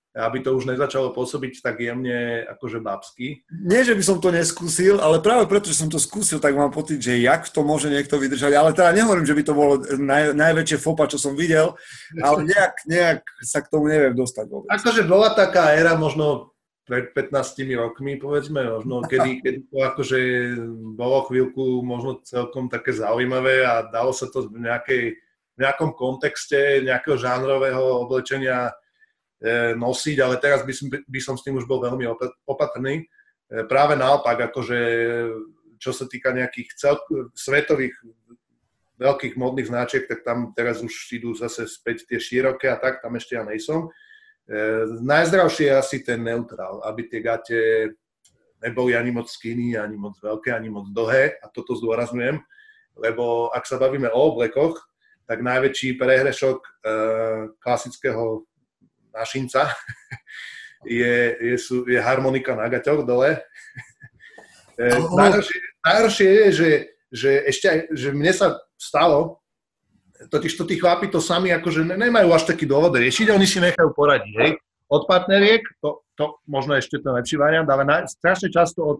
aby to už nezačalo pôsobiť tak jemne akože babsky. Nie, že by som to neskúsil, ale práve preto, že som to skúsil, tak mám pocit, že jak to môže niekto vydržať. Ale teda nehovorím, že by to bolo najväčšie fopa, čo som videl, ale nejak sa k tomu neviem dostať vôbec. Akože bola taká éra možno pred 15 rokmi, povedzme, možno, kedy to akože bolo chvíľku možno celkom také zaujímavé a dalo sa to v nejakom kontexte nejakého žánrového oblečenia nosiť, ale teraz by som s tým už bol veľmi opatrný. Práve naopak, akože čo sa týka nejakých svetových veľkých modných značiek, tak tam teraz už idú zase späť tie široké a tak, tam ešte ja nejsom. Najzdravšie je asi ten neutrál, aby tie gate neboli ani moc skinny, ani moc veľké, ani moc dlhé, a toto zdôrazňujem, lebo ak sa bavíme o oblekoch, tak najväčší prehrešok klasického našinca je harmonika na gaťoch dole. Najhoršie je, že ešte aj, že mne sa stalo, totižto tí chlapi to sami akože nemajú až taký dôvod riešiť, oni si nechajú poradiť, hej. Od partneriek, to možno ešte ten lepší variant, ale strašne často od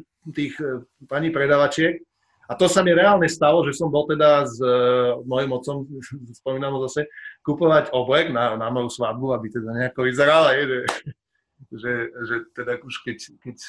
pani predavačiek, a to sa mi reálne stalo, že som bol teda s mojím otcom, spomínam ho zase, kupovať oblek na moju svadbu, aby teda nejako vyzeral, že teda už keď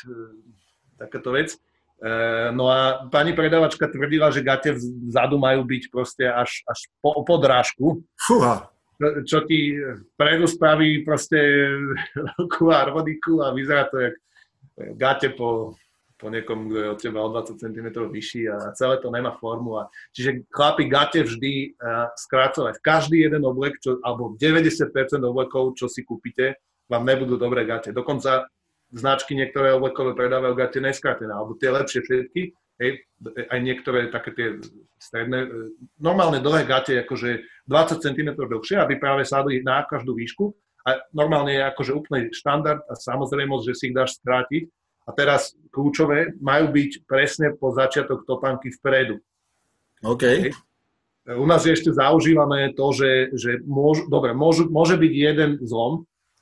takáto vec. No a pani predavačka tvrdila, že gate vzadu majú byť proste až po drážku. Fúha. Čo ti vpredu spraví proste veľkú harmoniku a vyzerá to jak gate po niekom, kto je od teba o 20 cm vyšší a celé to nemá formu. Čiže chlapi gate vždy skrácovať. Každý jeden oblek, alebo 90% oblekov, čo si kúpite, vám nebudú dobré gate. Dokonca značky niektoré oblekové predávajú gate neskrátené, alebo tie lepšie všetky, aj niektoré také tie stredné, normálne dlhé gate, akože 20 cm dlhšie, aby práve sadli na každú výšku. A normálne je akože úplný štandard a samozrejmosť, že si ich dáš skrátiť. A teraz kľúčové majú byť presne po začiatok topánky vpredu. OK. U nás je ešte zaužívané to, že môže byť jeden zlom,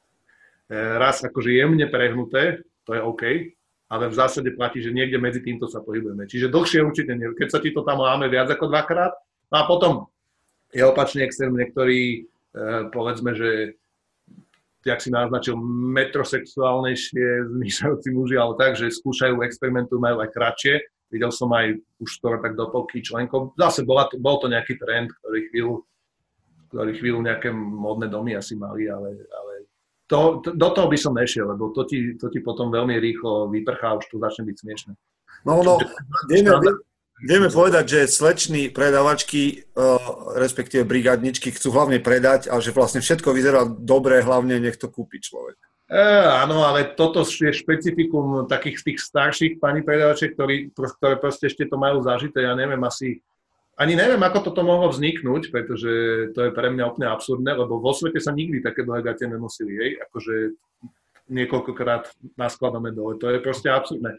raz akože jemne prehnuté, to je OK, ale v zásade platí, že niekde medzi týmto sa pohybujeme. Čiže dlhšie určite nie. Keď sa ti to tam láme viac ako dvakrát, a potom je opačný extrém, niektorí, povedzme, že jak si naznačil, metrosexuálnejšie zmýšľajúci muži, ale tak, že skúšajú, experimentujú, majú aj kratšie. Videl som aj už skoro tak do polky členkov. Zase bol to nejaký trend, ktorý chvíľu nejaké módne domy asi mali, ale do toho by som nešiel, lebo to ti potom veľmi rýchlo vyprchá a už to začne byť smiešné. No, vieme povedať, že sleční predavačky, respektíve brigádničky, chcú hlavne predať a že vlastne všetko vyzerá dobre, hlavne nech to kúpi človek. Áno, ale toto je špecifikum takých tých starších pani predavačiek, ktoré proste ešte to majú zažité. Ja neviem, ani neviem, ako toto mohlo vzniknúť, pretože to je pre mňa úplne absurdné, lebo vo svete sa nikdy také dlhé gate nenosili, hej, akože niekoľkokrát naskladáme dole. To je proste absurdné.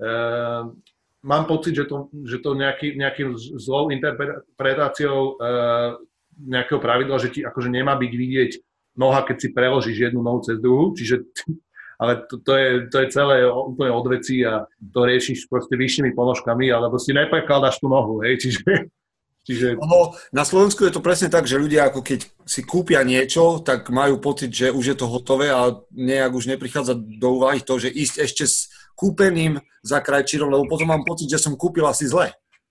Mám pocit, že to nejakým zlou interpretáciou nejakého pravidla, že ti akože nemá byť vidieť noha, keď si preložíš jednu nohu cez druhú, čiže, ale to je celé úplne od veci a to riešiš proste vyššími ponožkami, alebo si neprekladáš tú nohu, hej, čiže... Na Slovensku je to presne tak, že ľudia ako keď si kúpia niečo, tak majú pocit, že už je to hotové a nejak už neprichádza do úvahy to, že ísť ešte s kúpeným za krajčírom, lebo potom mám pocit, že som kúpil asi zle.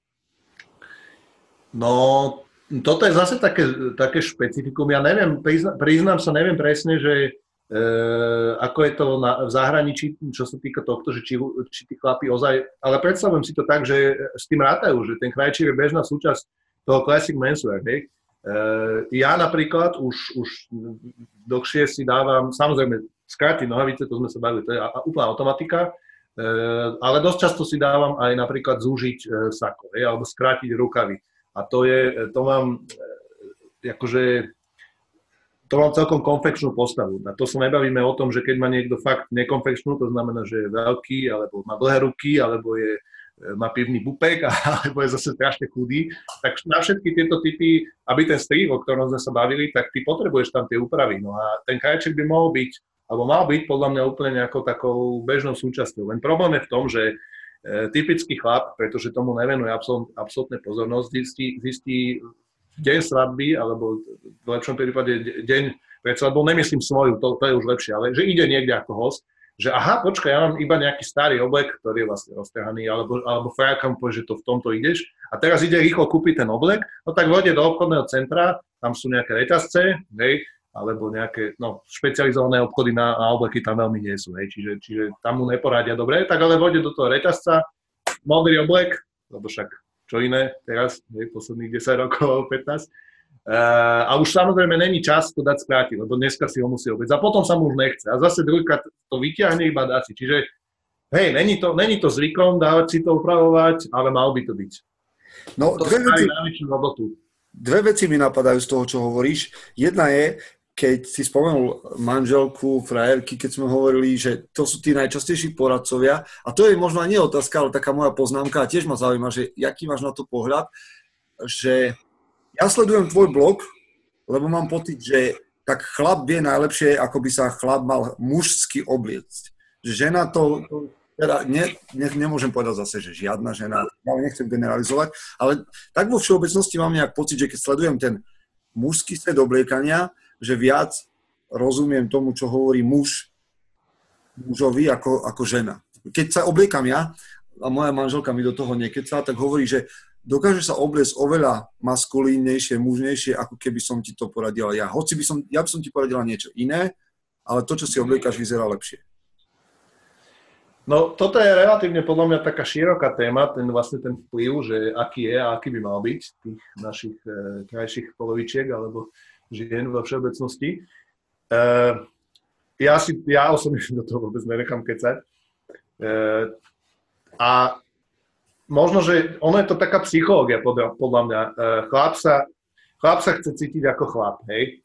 No, toto je zase také špecifikum. Ja neviem, priznám sa, neviem presne, že ako je to v zahraničí, čo sa týka tohto, že či tí chlapi ozaj, ale predstavujem si to tak, že s tým rátajú, že ten krajčír je bežná súčasť toho classic menswear, hej. Ja napríklad už dlhšie si dávam, samozrejme, skrátiť nohavice, to sme sa bavili, to je úplná automatika, ale dosť často si dávam aj napríklad zúžiť sako, alebo skrátiť rukavy. A to mám celkom konfekčnú postavu. A to sa nebavíme o tom, že keď má niekto fakt nekonfekčnú, to znamená, že je veľký, alebo má dlhé ruky, alebo má pivný bupek, alebo je zase strašne chudý. Tak na všetky tieto typy, aby ten strih, o ktorom sme sa bavili, tak ty potrebuješ tam tie úpravy. No a ten krajček by mohol byť alebo mal byť podľa mňa úplne nejakou takou bežnou súčasťou. Len problém je v tom, že typický chlap, pretože tomu nevenuje absolútne pozornosť, zistí deň svadby, alebo v lepšom prípade deň pred svadbou, nemyslím svoju, to je už lepšie, ale že ide niekde ako host, že aha, počkaj, ja mám iba nejaký starý oblek, ktorý je vlastne roztrhaný, alebo frajerka mu povie, že to v tomto ideš, a teraz ide rýchlo kúpiť ten oblek, no tak vode do obchodného centra, tam sú nejaké reťazce, hej, alebo nejaké špecializované obchody na obleky tam veľmi nie sú, hej, čiže tam mu neporadia dobre, tak ale vode do toho reťazca, modrý oblek, lebo však čo iné teraz, hej, posledných 10 rokov, 15, a už samozrejme není čas to dať skrátiť, lebo dneska si ho musí obliecť a potom sa mu už nechce a zase druhýkrát to vyťahne iba dá si, čiže hej, není to zvykom dávať si to upravovať, ale mal by to byť. No, dve veci mi napadajú z toho, čo hovoríš. Jedna je, keď si spomenul manželku, frajerky, keď sme hovorili, že to sú tí najčastejší poradcovia, a to je možno aj nie otázka, ale taká moja poznámka, a tiež ma zaujíma, že aký máš na to pohľad, že ja sledujem tvoj blog, lebo mám pocit, že tak chlap vie najlepšie, ako by sa chlap mal mužsky obliecť. Že žena to teda nemôžem povedať zase, že žiadna žena, ale nechcem generalizovať, ale tak vo všeobecnosti mám nejak pocit, že keď sledujem ten mužský svet obliekania, že viac rozumiem tomu, čo hovorí mužovi ako žena. Keď sa obliekam ja, a moja manželka mi do toho nekecá, tak hovorí, že dokáže sa obliecť oveľa maskulínnejšie, mužnejšie, ako keby som ti to poradila ja. Hoci ja by som ti poradila niečo iné, ale to, čo si obliekaš, vyzerá lepšie. No, toto je relatívne podľa mňa taká široká téma, ten vplyv, že aký je a aký by mal byť tých našich krajších polovičiek alebo žien vo všeobecnosti. Ja osobne do toho vôbec nenechám kecať. A možno, že ono je to taká psychológia podľa mňa. Chlap sa chce cítiť ako chlap, hej.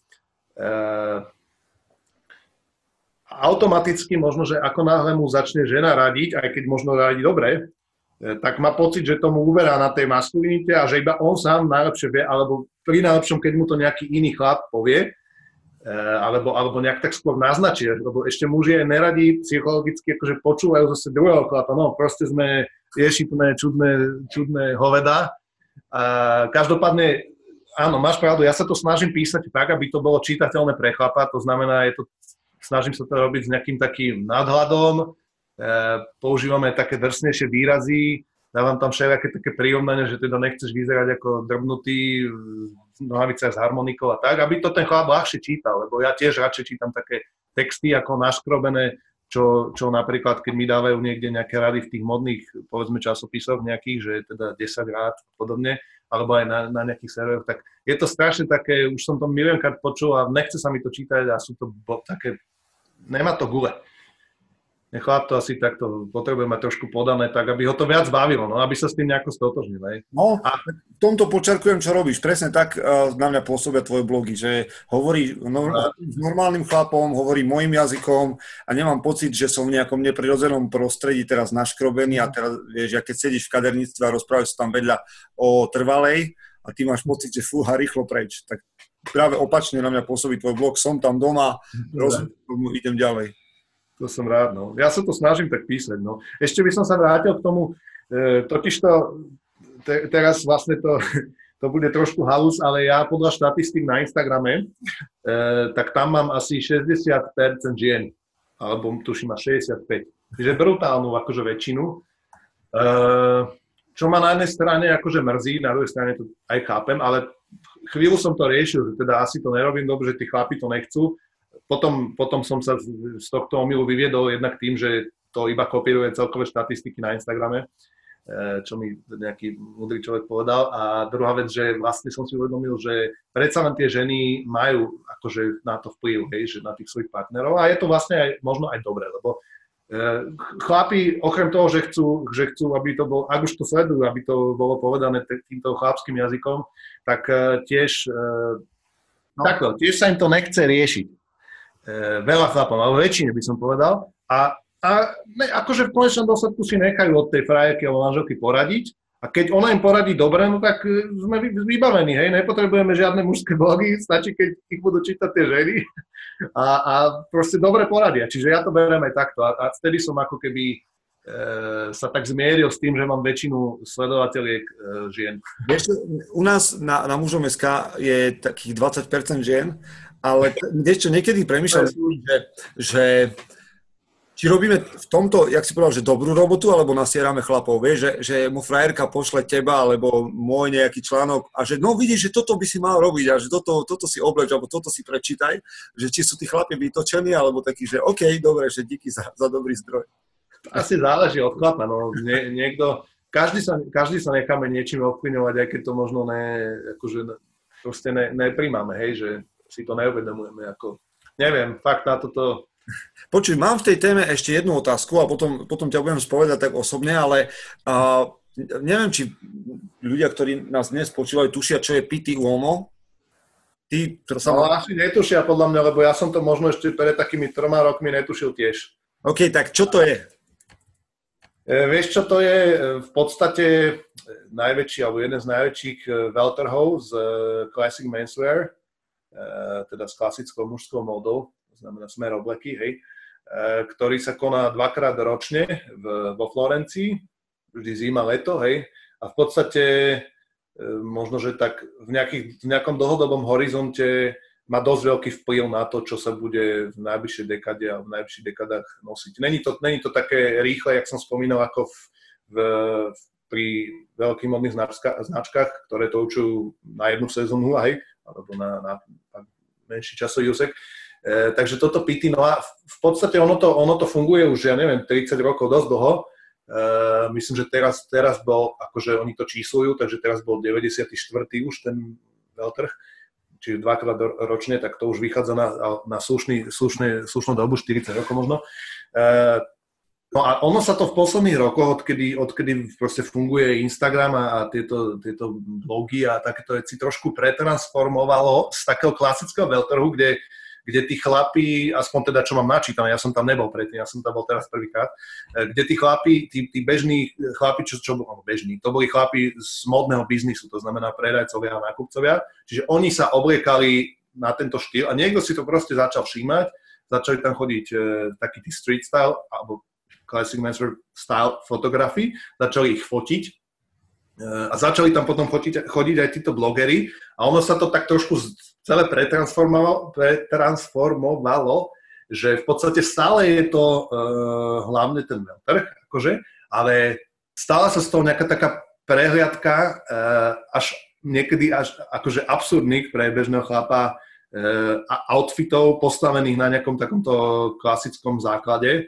Automaticky možno, že ako náhle mu začne žena radiť, aj keď možno radiť dobre, tak má pocit, že tomu uberá na tej maskulinite a že iba on sám najlepšie vie, alebo pri najlepšom, keď mu to nejaký iný chlap povie, alebo nejak tak skôr naznačí, lebo ešte muži neradi psychologicky akože počúvajú zase druhého chlapa, no proste sme ješitné, čudné hoveda. Každopádne, áno, máš pravdu, ja sa to snažím písať tak, aby to bolo čitateľné pre chlapa, to znamená, snažím sa to robiť s nejakým takým nadhľadom, používame také drsnejšie výrazy, dávam tam všelijaké také prirovnania, že teda nechceš vyzerať ako drbnutý, nohavica s harmonikou a tak, aby to ten chlap ľahšie čítal, lebo ja tiež radšej čítam také texty ako naškrobené, čo napríklad, keď mi dávajú niekde nejaké rady v tých modných, povedzme, časopisoch nejakých, že teda 10 rád a podobne, alebo aj na nejakých serveroch, tak je to strašne také, už som to miliónkrát počul a nechce sa mi to čítať a sú to také, nemá to gule. Chlap to asi takto potrebuje mať trošku podané, tak aby ho to viac bavilo, no, aby sa s tým nejako stotožnil. No, a v tomto počerkujem, čo robíš. Presne tak na mňa pôsobia tvoje blogy, že hovorí s normálnym chlapom, hovorí mojim jazykom a nemám pocit, že som v nejakom neprirodzenom prostredí teraz naškrobený a teraz, vieš, ja keď sedíš v kaderníctve a rozprávaš sa tam vedľa o trvalej a ty máš pocit, že fúha rýchlo preč, tak práve opačne na mňa pôsobí tvoj blog. Som tam doma, idem ďalej. To som rád, no. Ja sa to snažím tak písať, no. Ešte by som sa vrátil k tomu, totižto teraz vlastne to bude trošku halus, ale ja podľa štatistík na Instagrame, tak tam mám asi 60% žien, alebo tuším až 65%. Čiže brutálnu akože väčšinu. Čo ma na jednej strane akože mrzí, na druhej strane to aj chápem, ale chvíľu som to riešil, že teda asi to nerobím dobre, že tí chlapi to nechcú. Potom som sa z tohto omylu vyviedol jednak tým, že to iba kopíruje celkové štatistiky na Instagrame, čo mi nejaký múdry človek povedal. A druhá vec, že vlastne som si uvedomil, že predsa len tie ženy majú akože na to vplyv, hej, že na tých svojich partnerov. A je to vlastne aj, možno aj dobré, lebo chlapi, okrem toho, že chcú, aby to bolo, ak už to sledujú, aby to bolo povedané týmto chlapským jazykom, tak tiež sa im to nechce riešiť. Veľa chlapov, alebo väčšine by som povedal. A akože v konečnom dôsledku si nechajú od tej frajerky alebo manželky poradiť, A keď ona im poradí dobre, no tak sme vybavení, hej, nepotrebujeme žiadne mužské blogy, stačí, keď ich budú čítať tie ženy a proste dobre poradia. Čiže ja to beriem aj takto a vtedy som ako keby sa tak zmieril s tým, že mám väčšinu sledovateľiek žien. Vieš, u nás na Mužom.sk je takých 20% žien, ale vieš čo, niekedy premýšľam, že či robíme v tomto, jak si povedal, že dobrú robotu, alebo nasierame chlapov, vieš, že mu frajerka pošle teba, alebo môj nejaký článok a že no vidíš, že toto by si mal robiť a že toto si obleč, alebo toto si prečítaj, že či sú tí chlapi vytočení, alebo takí, že OK, dobre, že díky za dobrý zdroj. Asi záleží od chlapa, no. Každý sa necháme niečím ovplyvňovať, aj keď to možno proste nepríjmame, hej, že si to neuvedomujeme, ako, neviem, fakt na toto. Počuj, mám v tej téme ešte jednu otázku a potom ťa budem spovedať tak osobne, ale neviem, či ľudia, ktorí nás dnes počúvajú, tušia, čo je Pity Uomo. Asi netušia podľa mňa, lebo ja som to možno ešte pred takými 3 rokmi netušil tiež. OK, tak čo to je? Vieš, čo to je? V podstate najväčší, alebo jeden z najväčších welterhov z Classic Menswear, teda s klasickou mužskou módou, to znamená smer obleky, hej, ktorý sa koná 2-krát ročne vo Florencii, vždy zima, leto, hej, a v podstate možno, že tak v nejakom dlhodobom horizonte má dosť veľký vplyv na to, čo sa bude v najbližšej dekáde a v najbližších dekádach nosiť. Není to také rýchle, jak som spomínal, ako pri veľkých modných značkách, ktoré to učujú na jednu sezónu, hej, alebo na menší časový úsek. Takže toto Pity, no a v podstate ono to funguje už, ja neviem, 30 rokov, dosť dlho. Myslím, že teraz bol, akože oni to číslujú, takže teraz bol 94. už ten veľtrh, čiže 2-krát ročne, tak to už vychádza na slušnú dobu, 40 rokov možno. No a ono sa to v posledných rokoch, odkedy proste funguje Instagram a tieto blogy a takéto veci trošku pretransformovalo z takého klasického veľtrhu, kde tí chlapi, aspoň teda čo mám načítané, ja som tam nebol predtým, ja som tam bol teraz prvýkrát, kde tí chlapi, tí bežní chlapi, bežní, to boli chlapi z módneho biznisu, to znamená predajcovia a nákupcovia, čiže oni sa obliekali na tento štýl a niekto si to proste začal všímať, začali tam chodiť taký tí street style alebo classic menswear style fotografii, začali ich fotiť a začali tam potom chodiť aj títo blogery a ono sa to tak trošku celé pretransformovalo, že v podstate stále je to hlavne ten veľtrh, akože, ale stala sa z toho nejaká taká prehliadka až niekedy akože absurdných pre bežného chlapa outfitov postavených na nejakom takomto klasickom základe.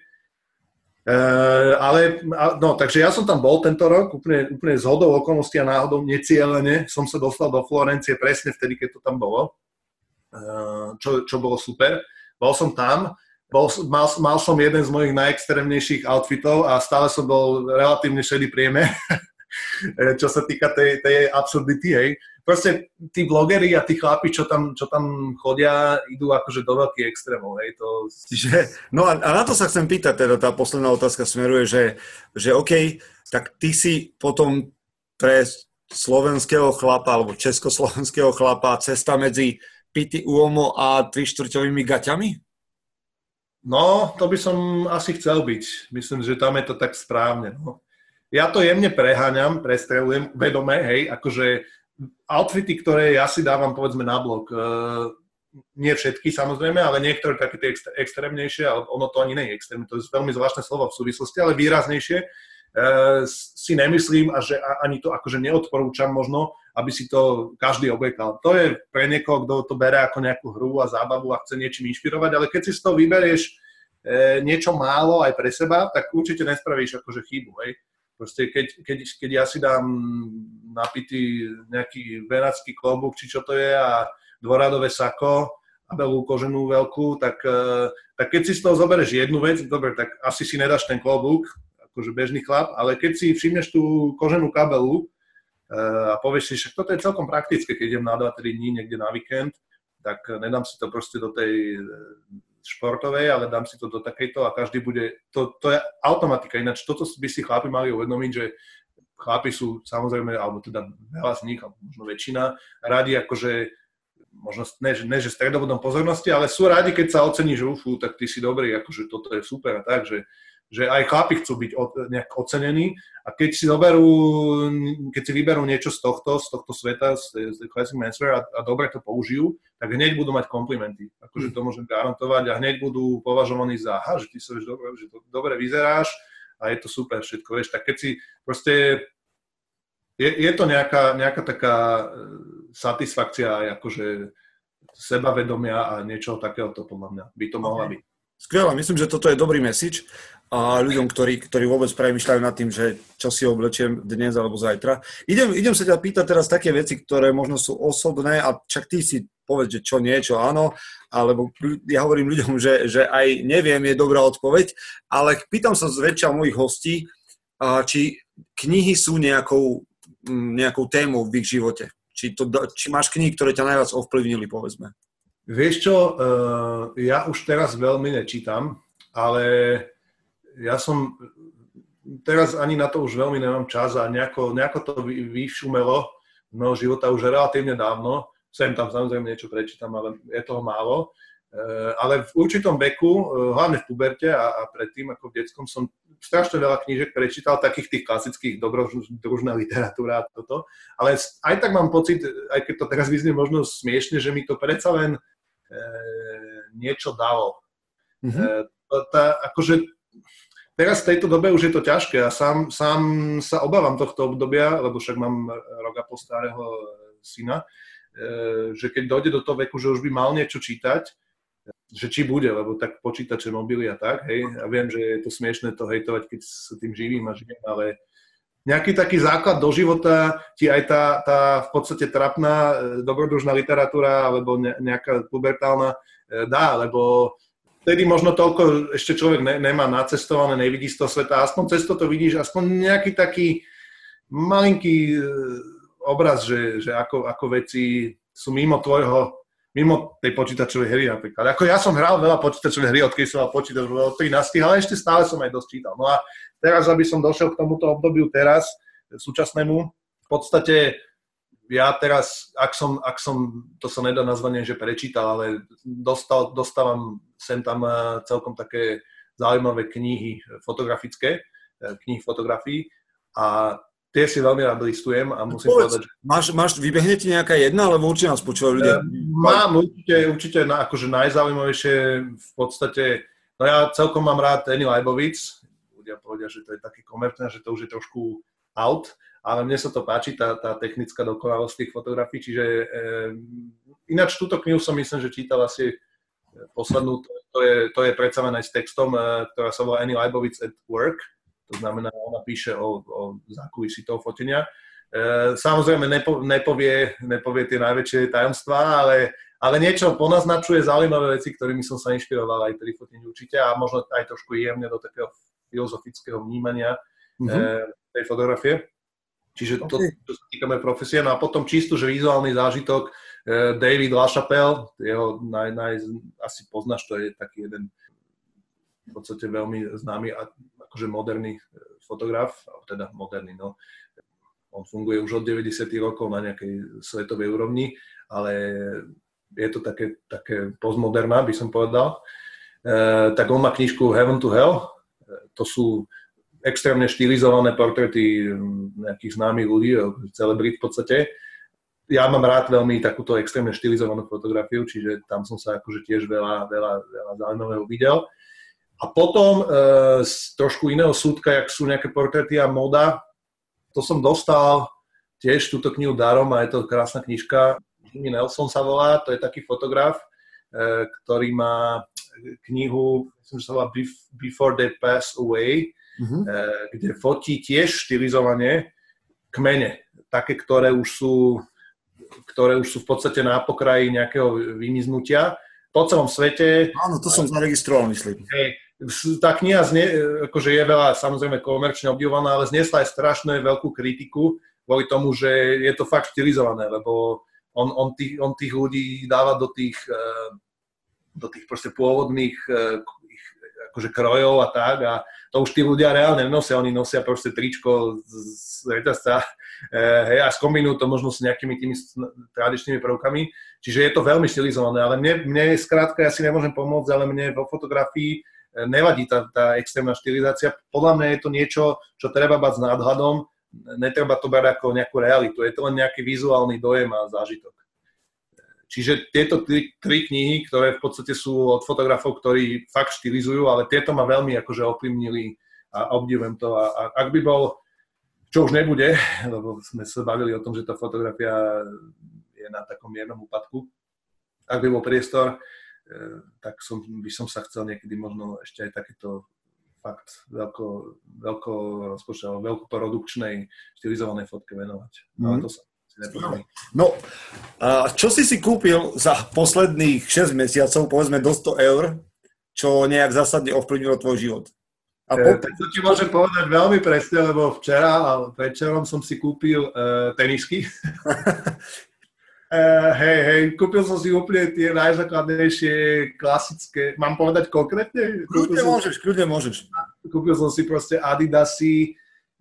Takže ja som tam bol tento rok, úplne zhodou okolností a náhodou necielene som sa dostal do Florencie presne vtedy, keď to tam bolo, čo bolo super. Bol som tam, mal som jeden z mojich najextrémnejších outfitov a stále som bol relatívne šedý priemer, čo sa týka tej absurdity, hej. Proste tí blogeri a tí chlapi, čo tam chodia, idú akože do veľkých extrémov, hej. No a na to sa chcem pýtať, teda tá posledná otázka smeruje, že OK, tak ty si potom pre slovenského chlapa, alebo československého chlapa cesta medzi Pity Uomo a 3/4 gaťami? No, to by som asi chcel byť. Myslím, že tam je to tak správne, no. Ja to jemne preháňam, prestreľujem, vedome, hej, akože outfity, ktoré ja si dávam, povedzme, na blog. Nie všetky, samozrejme, ale niektoré také tie extrémnejšie, ale ono to ani nie je extrémne, to je veľmi zvláštne slovo v súvislosti, ale výraznejšie si nemyslím a že ani to akože neodporúčam možno, aby si to každý obliekal. To je pre niekoho, kto to bere ako nejakú hru a zábavu a chce niečím inšpirovať, ale keď si z toho vyberieš niečo málo aj pre seba, tak určite nespravíš akože chybu, hej. Proste keď ja si dám na Pity nejaký venacký klobúk, či čo to je, a dvoradové sako a belú koženú veľkú, tak keď si z toho zoberieš jednu vec, dobre, tak asi si nedáš ten klobúk, akože bežný chlap, ale keď si všimneš tú koženú kabelu a povieš si, že toto je celkom praktické, keď idem na 2-3 dní niekde na víkend, tak nedám si to proste do tej športovej, ale dám si to do takejto a každý bude, to je automatika, ináč toto by si chlapi mali uvedomiť, že chlapi sú samozrejme, alebo teda veľa z nich, alebo možno väčšina, radi akože, možno ne, že stredobodom pozornosti, ale sú radi, keď sa ocení, že tak ty si dobrý, akože toto je super a tak, že aj chlapi chcú byť nejak ocenení a keď si vyberú niečo z tohto sveta, z Classic Menswear a dobre to použijú, tak hneď budú mať komplimenty. Akože to môžem garantovať a hneď budú považovaní za, že ty sa vieš dobre, že to dobre vyzeráš a je to super všetko, vieš. Tak keď si proste, je to nejaká taká satisfakcia aj akože sebavedomia a niečoho takéhoto podľa mňa by to mohla byť. Skvelé, myslím, že toto je dobrý message a ľuďom, ktorí vôbec premýšľajú nad tým, že čo si oblečiem dnes alebo zajtra. Idem sa ťa pýtať teraz také veci, ktoré možno sú osobné a čak ty si povedz, že čo nie, čo áno, alebo ja hovorím ľuďom, že aj neviem, je dobrá odpoveď, ale pýtam sa zväčša mojich hostí, či knihy sú nejakou témou v ich živote. Či máš knihy, ktoré ťa najviac ovplyvnili, povedzme. Vieš čo, ja už teraz veľmi nečítam, ale ja som teraz ani na to už veľmi nemám čas a nejako to vyšumelo z môjho života už relatívne dávno. Sem tam samozrejme niečo prečítam, ale je toho málo. Ale v určitom veku, hlavne v puberte a predtým ako v detskom, som strašne veľa knížek prečítal, takých tých klasických dobrodružná literatúra a toto. Ale aj tak mám pocit, aj keď to teraz vyznie možno smiešne, že mi to predsa len niečo dalo. Akože teraz v tejto dobe už je to ťažké a sám sa obávam tohto obdobia, lebo však mám rok a pol starého syna, že keď dojde do toho veku, že už by mal niečo čítať, že či bude, lebo tak počítače, mobily a tak, hej. A viem, že je to smiešné to hejtovať, keď sa tým živím a žijem, ale nejaký taký základ do života ti aj tá v podstate trapná dobrodružná literatúra alebo nejaká pubertálna dá, lebo vtedy možno toľko ešte človek nemá nacestované, nevidí z toho sveta, aspoň cez to vidíš, aspoň nejaký taký malinký obraz, že ako veci sú mimo tej počítačovej hry napríklad. Ako ja som hral veľa počítačovej hry, odkedy som mal počítač od 13, ale ešte stále som aj dosť čítal. No a teraz, aby som došiel k tomuto obdobiu teraz, súčasnému, v podstate ja teraz, ak som, to sa nedá nazvať, že prečítal, ale dostávam sem tam celkom také zaujímavé knihy fotografické, knihy fotografií a tie si veľmi rád listujem a musím povedať, že... Vybehne ti nejaká jedna, alebo určite nás počúvajú ľudia? Mám určite akože najzaujímavejšie v podstate, no ja celkom mám rád Annie Leibovitz, ľudia povedia, že to je taký komerčné, že to už je trošku out, ale mne sa to páči, tá technická dokonalosť tých fotografií, čiže ináč túto knihu som myslím, že čítal asi poslednú, to je predsa len aj s textom, ktorá sa volá Annie Leibovitz at Work. To znamená, ona píše o zákulisí toho fotenia. Samozrejme, nepovie tie najväčšie tajomstvá, ale niečo ponaznačuje zaujímavé veci, ktorými som sa inšpiroval aj pri fotení určite a možno aj trošku jemne do takého filozofického vnímania tej fotografie. Čiže to sa týka mojej profesie. No a potom čisto, že vizuálny zážitok David LaChapelle, jeho asi poznáš, to je taký jeden v podstate veľmi známy a akože moderný fotograf, teda moderný, no. On funguje už od 90. rokov na nejakej svetovej úrovni, ale je to také postmoderná, by som povedal. Tak on má knižku Heaven to Hell. To sú extrémne štylizované portréty nejakých známych ľudí, celebrit v podstate. Ja mám rád veľmi takúto extrémne štylizovanú fotografiu, čiže tam som sa akože tiež veľa zaujímavého videl. A potom z trošku iného súdka, jak sú nejaké portréty a móda, to som dostal tiež túto knihu darom a je to krásna knižka. Jimmy Nelson sa volá, to je taký fotograf, ktorý má knihu, myslím, že sa volá Before They Pass Away, kde fotí tiež štylizovanie kmene, také, ktoré už sú v podstate na pokraji nejakého vymiznutia po celom svete. Áno, to som zaregistroval, myslím. Tá kniha akože je veľa samozrejme komerčne obdivovaná, ale zniesla aj strašne veľkú kritiku kvôli tomu, že je to fakt štilizované, lebo on tých ľudí dáva do tých proste pôvodných akože krojov a tak a to už tí ľudia reálne nosia, oni nosia proste tričko z reťazca a skombinujú to možno s nejakými tými tradičnými prvkami, čiže je to veľmi stylizované, ale mne skrátka, ja si nemôžem pomôcť, ale mne vo fotografii nevadí tá extrémna štilizácia. Podľa mňa je to niečo, čo treba bať s nadhľadom, netreba to brať ako nejakú realitu, je to len nejaký vizuálny dojem a zážitok. Čiže tieto tri knihy, ktoré v podstate sú od fotografov, ktorí fakt štilizujú, ale tieto ma veľmi akože ovplyvnili a obdivujem to. A ak by bol, čo už nebude, lebo sme sa bavili o tom, že tá fotografia je na takom miernom úpadku, ak by bol priestor, tak by som sa chcel niekedy možno ešte aj takéto fakt veľko rozpočtovej, veľkoprodukčnej štilizovanej fotke venovať. Ale to sa No, a čo si kúpil za posledných 6 mesiacov, povedzme do 100 €, čo nejak zásadne ovplyvnilo tvoj život? Tak to ti môžem povedať veľmi presne, lebo včera a večerom som si kúpil tenisky. Kúpil som si úplne tie najzákladnejšie, klasické, mám povedať konkrétne? Kľudne môžeš. Kúpil som si proste Adidasy,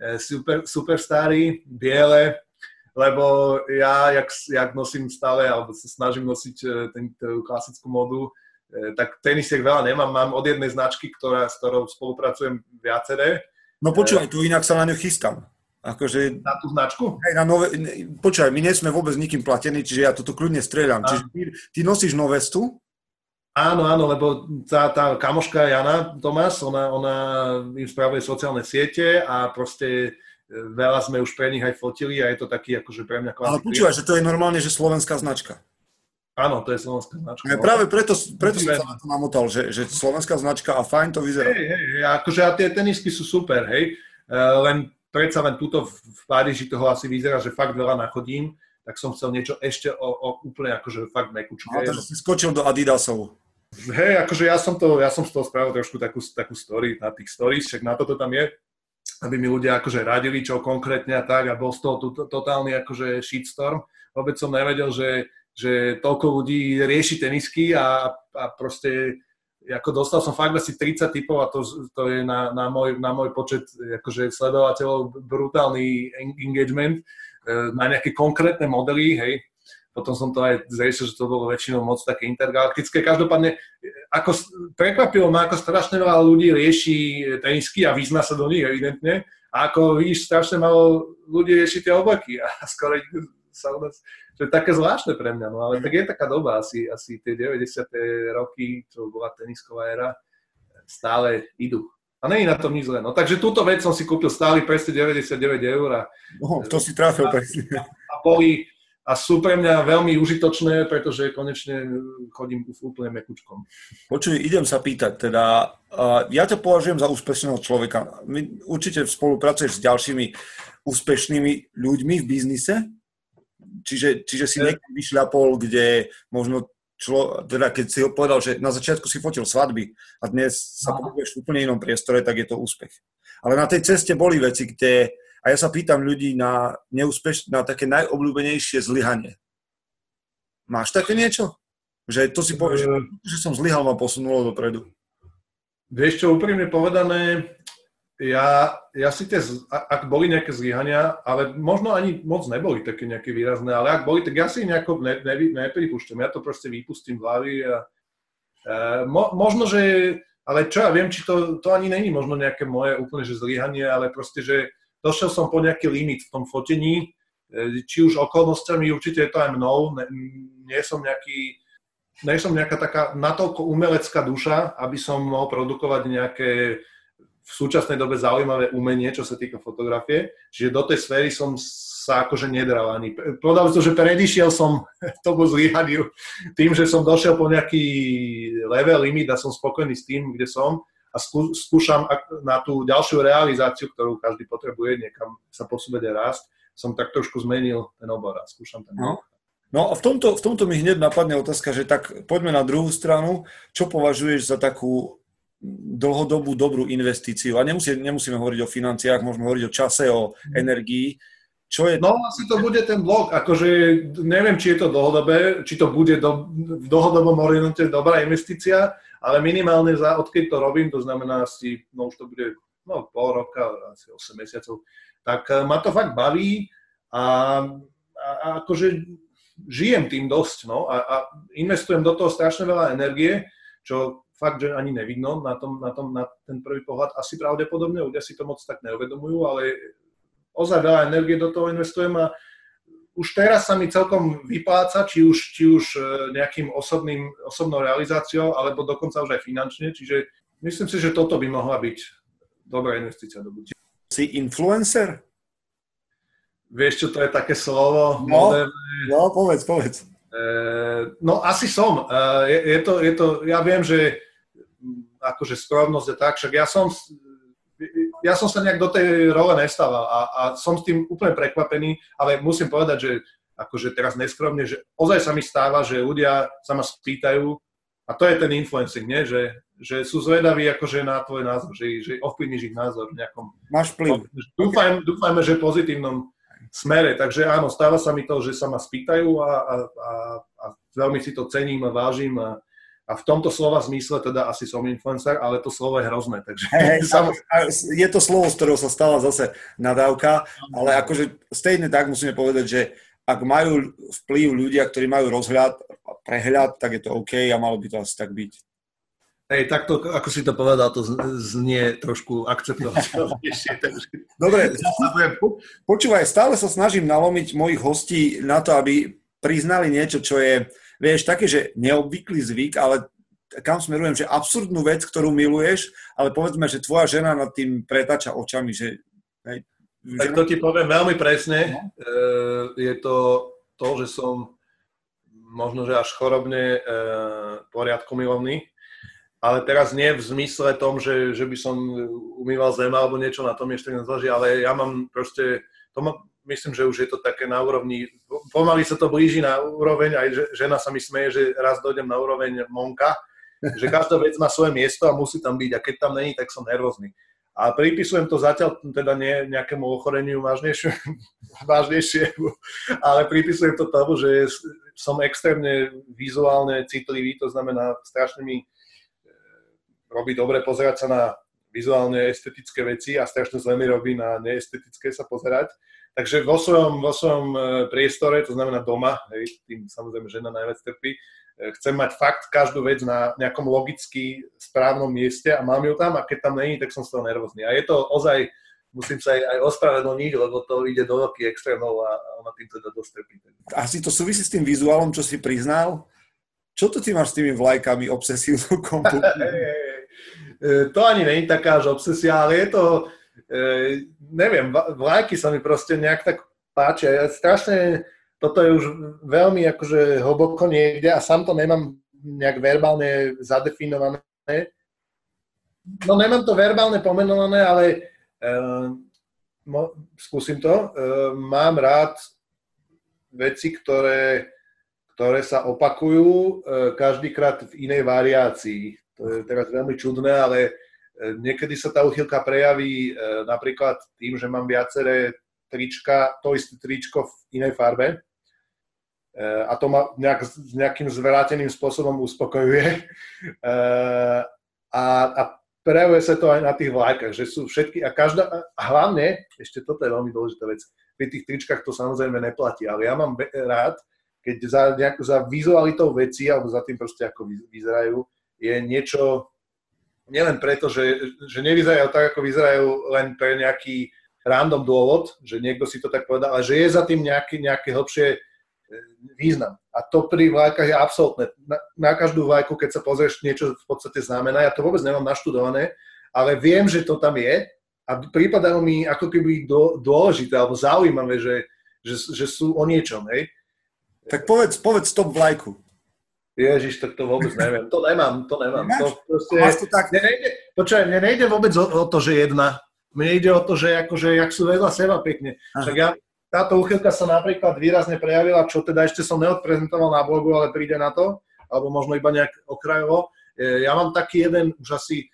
Superstary, biele, lebo ja, jak nosím stále, alebo sa snažím nosiť tú klasickú modu, tak tenisiek veľa nemám. Mám od jednej značky, s ktorou spolupracujem viaceré. No počúvaj, tu inak sa na ňu chystám. Akože, na tú značku? Hej, počúvaj, my nie sme vôbec nikým platení, čiže ja to tu kľudne strieľam. Čiže ty nosíš Novestu? Áno, lebo tá kamoška Jana Tomás, ona im spravuje sociálne siete a proste veľa sme už pre nich aj fotili a je to taký akože pre mňa klasik. Ale počúvaj, že to je normálne, že slovenská značka. Áno, to je slovenská značka. Ja práve preto som sa na to namotal, že slovenská značka a fajn to vyzerá. Akože a tie tenisky sú super, hej. Len predsa len túto v Páriži toho asi vyzerá, že fakt veľa nachodím, tak som chcel niečo ešte úplne akože fakt mekučké. No, takže si skočil do Adidasov. Hej, akože ja som z toho spravil trošku takú story na tých stories, však na toto tam je, aby mi ľudia akože radili, čo konkrétne a tak, a bol z toho totálny akože shitstorm. Vôbec som nevedel, že toľko ľudí rieši tenisky a proste ako dostal som fakt asi 30 tipov a to je na môj počet akože sledovateľov brutálny engagement na nejaké konkrétne modely, hej. Potom som to aj zriešil, že to bolo väčšinou moc také intergalaktické. Každopádne, prekvapilo ma, ako strašne veľa ľudí rieši tenisky a vyzná sa do nich evidentne. A ako vidíš, strašne malo ľudí rieši tie obleky. A skoro sa u nás... To je také zvláštne pre mňa, no ale tak je taká doba, asi tie 90. roky, čo bola tenisková éra, stále idú. A nie je na tom nič zlé. No takže túto vec som si kúpil stále presne 99 €. To si trafil presne. A sú pre mňa veľmi užitočné, pretože konečne chodím úplne mekučkom. Počuj, idem sa pýtať, teda ja ťa považujem za úspešného človeka. Určite spolupracuješ s ďalšími úspešnými ľuďmi v biznise, čiže si niekde vyšľapol, kde možno teda keď si ho povedal, že na začiatku si fotil svadby a dnes sa pohybuješ v úplne inom priestore, tak je to úspech. Ale na tej ceste boli veci, kde... A ja sa pýtam ľudí na také najobľúbenejšie zlyhanie. Máš také niečo? Že to si povieš, že som zlyhal, ma posunulo dopredu. Vieš čo, úprimne povedané, ja si ak boli nejaké zlyhania, ale možno ani moc neboli také nejaké výrazné, ale ak boli, tak ja si nejako nepripúšťam. Ja to proste vypustím v hlavy a možno, že... Ale čo ja viem, či to ani není možno nejaké moje úplne že zlyhanie, ale proste, že došiel som po nejaký limit v tom fotení, či už okolnostiami, určite je to aj mnou, nie som nejaká taká natoľko umelecká duša, aby som mohol produkovať nejaké v súčasnej dobe zaujímavé umenie, čo sa týka fotografie, čiže do tej sféry som sa akože nedral ani. Povedal som, že predišiel som tomu zlyhaniu tým, že som došiel po nejaký level limit a som spokojný s tým, kde som. A skúšam na tú ďalšiu realizáciu, ktorú každý potrebuje, niekam sa posúvať a rásť, som tak trošku zmenil ten obor a skúšam ten obor. No a v tomto mi hneď napadne otázka, že tak poďme na druhú stranu. Čo považuješ za takú dlhodobú dobrú investíciu? A nemusíme hovoriť o financiách, môžeme hovoriť o čase, o energii. Čo je... No asi to bude ten blog, akože neviem, či je to dlhodobé, či to bude v dlhodobom horizonte dobrá investícia, ale minimálne odkedy to robím, to znamená asi, už to bude pol roka, asi 8 mesiacov, tak ma to fakt baví a akože žijem tým dosť, a investujem do toho strašne veľa energie, čo fakt, že ani nevidno na ten prvý pohľad. Asi pravdepodobne, ľudia si to moc tak neuvedomujú, ale ozaj veľa energie do toho investujem a už teraz sa mi celkom vypláca, či už nejakým osobnou realizáciou, alebo dokonca už aj finančne, čiže myslím si, že toto by mohla byť dobrá investícia do budúcna. Si influencer? Vieš, čo to je také slovo? No, povedz. Asi som. Ja viem, že akože skromnosť je tak, však ja som sa nejak do tej role nestával a som s tým úplne prekvapený, ale musím povedať, že akože teraz neskromne, že ozaj sa mi stáva, že ľudia sa ma spýtajú, a to je ten influencing, nie? Že sú zvedaví akože na tvoj názor, že ovplyvníš ich názor v nejakom... Máš vplyv. Dúfajme, že pozitívnom smere, takže áno, stáva sa mi to, že sa ma spýtajú a veľmi si to cením a vážim a v tomto slova zmysle teda asi som influencer, ale to slovo je hrozné, takže... Je to slovo, z ktorého sa stala zase nadávka, ale akože stejne tak musíme povedať, že ak majú vplyv ľudia, ktorí majú prehľad, tak je to OK a malo by to asi tak byť. Takto, ako si to povedal, to znie trošku akceptovateľnejšie. Dobre, počúvaj, stále sa snažím nalomiť mojich hostí na to, aby priznali niečo, čo je, vieš, také, že neobvyklý zvyk, ale kam smerujem, že absurdnú vec, ktorú miluješ, ale povedzme, že tvoja žena nad tým pretáča očami, že... Tak to ti poviem veľmi presne. Je to, že som možno, že až chorobne poriadku milovný. Ale teraz nie v zmysle tom, že by som umýval zem alebo niečo, na tom ešte nezáleží, ale ja mám proste, myslím, že už je to také na úrovni, pomaly sa to blíži na úroveň, aj žena sa mi smeje, že raz dojdem na úroveň Monka, že každá vec má svoje miesto a musí tam byť a keď tam není, tak som nervózny. A pripisujem to zatiaľ teda nie nejakému ochoreniu vážnejšiemu, ale pripisujem to tomu, že som extrémne vizuálne citlivý, to znamená strašne mi robí dobre pozerať sa na vizuálne estetické veci a strašne zle mi robí na neestetické sa pozerať. Takže vo svojom priestore, to znamená doma, tým samozrejme žena najviac trpí, chcem mať fakt každú vec na nejakom logicky správnom mieste a mám ju tam a keď tam není, tak som z toho nervózny. A je to ozaj, musím sa aj ospravedlniť, lebo to ide do veľkých extrémov a ona tým teda dosť trpí. Asi to súvisí s tým vizuálom, čo si priznal? Čo to ty máš s tými vlajkami, obsesívnu kompulzívnu? To ani nie je taká, že obsesia, ale je to, neviem, vlajky sa mi proste nejak tak páčia. Strašne, toto je už veľmi akože hlboko niekde a sám to nemám nejak verbálne zadefinované. No nemám to verbálne pomenované, ale skúsim to. Mám rád veci, ktoré sa opakujú každýkrát v inej variácii. To je teraz veľmi čudné, ale niekedy sa tá úchylka prejaví napríklad tým, že mám viaceré trička, to isté tričko v inej farbe a to ma nejakým zvráteným spôsobom uspokojuje a prejavuje sa to aj na tých vlajkách, že sú všetky a hlavne, ešte toto je veľmi dôležitá vec, pri tých tričkách to samozrejme neplatí, ale ja mám rád, keď za vizualitou veci alebo za tým proste ako vyzerajú, je niečo, nielen preto, že nevyzerajú tak, ako vyzerajú len pre nejaký random dôvod, že niekto si to tak povedal, ale že je za tým nejaké hlbšie význam. A to pri vlajkách je absolútne. Na každú vlajku, keď sa pozrieš, niečo v podstate znamená. Ja to vôbec nemám naštudované, ale viem, že to tam je a prípadajú mi ako keby dôležité alebo zaujímavé, že sú o niečom. Hej? Tak povedz top vlajku. Ježiš, tak to vôbec neviem. To nemám. To proste... Mne nejde vôbec o to, že jedna. Mne ide o to, že akože, jak sú vedľa seba pekne. Však táto úchylka sa napríklad výrazne prejavila, čo teda ešte som neodprezentoval na blogu, ale príde na to, alebo možno iba nejak okrajovo. Ja mám taký jeden, už asi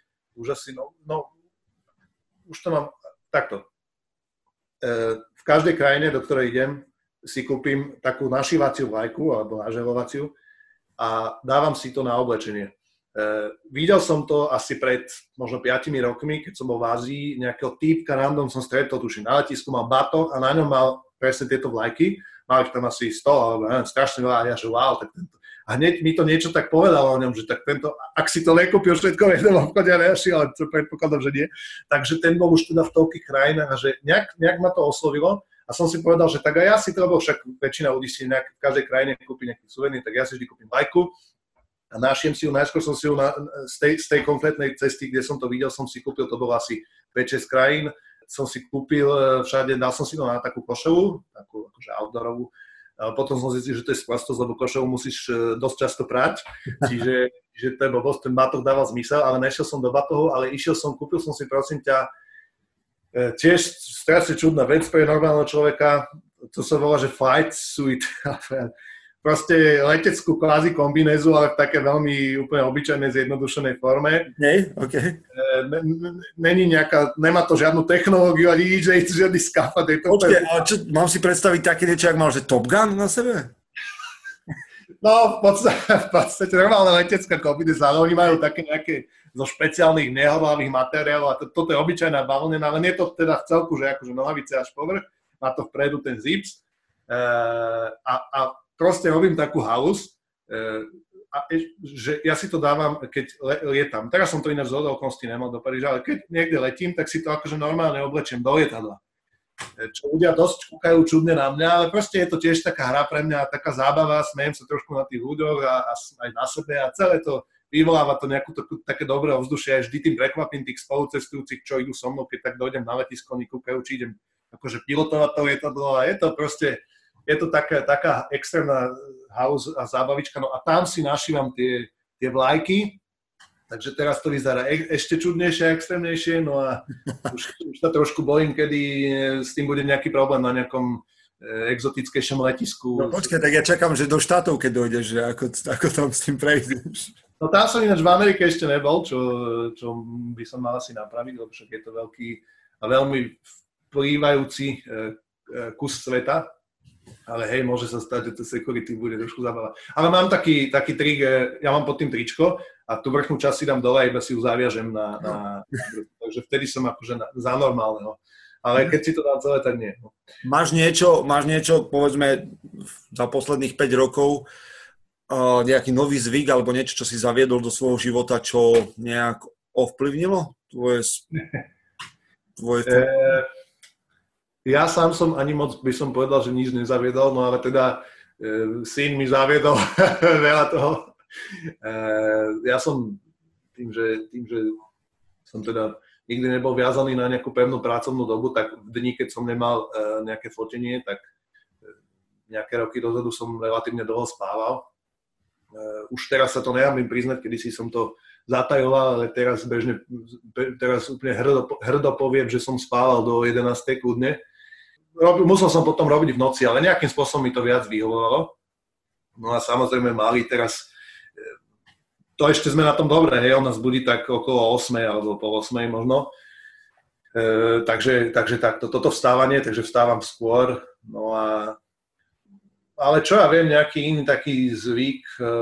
už to mám takto. V každej krajine, do ktorej idem, si kúpim takú našívaciu vlajku, alebo naželovaciu, a dávam si to na oblečenie. Videl som to asi pred možno 5 rokmi, keď som bol v Ázii, nejakého týpka random som stretol, tuším, na letisku mal batoh a na ňom mal presne tieto vlajky, mal ich tam asi 100, alebo neviem, strašne veľa, a ja že wow, tak tento. A hneď mi to niečo tak povedalo o ňom, že tak tento, ak si to nekúpil všetko v jednom obchode, ale predpokladám, že nie. Takže ten bol už teda v toľkých krajinách a že nejak ma to oslovilo a som si povedal, že tak aj ja si to robil, však väčšina ľudí si v každej krajine kúpi nejaký suvenír, tak ja si vždy kúpim vlajku. A našiel si ju, najskôr som si ju z tej konkrétnej cesty, kde som to videl, som si kúpil, to bolo asi 5-6 krajín, som si kúpil všade, dal som si to na takú košelu, takú akože outdoorovú, a potom som zistil, že to je sprostosť, lebo košelu musíš dosť často prať, čiže to je blbosť, ten batoh dával zmysel, ale nešiel som do batohu, ale kúpil som si, prosím ťa, tiež strašne čudná vec pre normálneho človeka, to sa volá, že flight suit, proste leteckú kvázi kombinézu, ale v také veľmi úplne obyčajnej, zjednodušenej forme. Okay. Nemá to žiadnu technológiu, ani nič, žiadny skafander. Počkej, ale čo, mám si predstaviť také niečo, ak mal, že Top Gun na sebe? No, v podstate normálna letecká kombinéza, ale oni majú také nejaké zo špeciálnych nehodlavých materiálov a toto je obyčajná bavlnená, ale nie je to teda v celku, že akože nohavice až povrch, má to vpredu ten zips a proste robím takú halus, že ja si to dávam, keď lietam. Teraz som to ináč z okolností nemal do Paríža, ale keď niekde letím, tak si to akože normálne oblečiem do lietadla. Čo ľudia dosť kúkajú čudne na mňa, ale proste je to tiež taká hra pre mňa, taká zábava, smejem sa trošku na tých ľuďoch a aj na sebe a celé to vyvoláva to nejakú také dobré ovzdušie. Aj vždy tým prekvapím tých spolucestujúcich, čo idú so mnou, keď tak dojdem na letisko, oni kúkajú, či idem akože pilotovať to lietadlo a je to proste je to taká extrémna house a zábavička, no a tam si našívam tie vlajky, takže teraz to vyzerá ešte čudnejšie a extrémnejšie, no a už sa trošku bojím, kedy s tým bude nejaký problém na nejakom exotickejšom letisku. No počkaj, tak ja čakám, že do štátov, keď dojdeš, že ako tam s tým prejdeš. No tam som ináč v Amerike ešte nebol, čo by som mal asi napraviť, lebo však je to veľký a veľmi vplývajúci kus sveta. Ale hej, môže sa stať, že to security bude trošku zabávať. Ale mám taký trik, ja mám pod tým tričko a tú vrchnú časť si dám dole a iba si ju zaviažem na takže vtedy som akože za normálneho. Ale keď si to dám celé, tak nie. No. Máš niečo, povedzme, za posledných 5 rokov, nejaký nový zvyk alebo niečo, čo si zaviedol do svojho života, čo nejak ovplyvnilo tvoje Ja sám som ani moc by som povedal, že nič nezaviedol, no ale teda syn mi zaviedol veľa toho. Ja som tým, že som teda nikdy nebol viazaný na nejakú pevnú pracovnú dobu, tak v dni, keď som nemal nejaké fotenie, tak nejaké roky dozadu som relatívne dlho spával. Už teraz sa to nehamím priznať, kedysi som to zatajoval, ale teraz úplne hrdo poviem, že som spával do 11. kľudne. Musel som potom robiť v noci, ale nejakým spôsobom mi to viac vyhovovalo. No a samozrejme mali teraz, to ešte sme na tom dobre, hej, on nás budí tak okolo 8 alebo pol 8 možno. Takže takto, toto vstávanie, takže vstávam skôr. No ale čo ja viem, nejaký iný taký zvyk,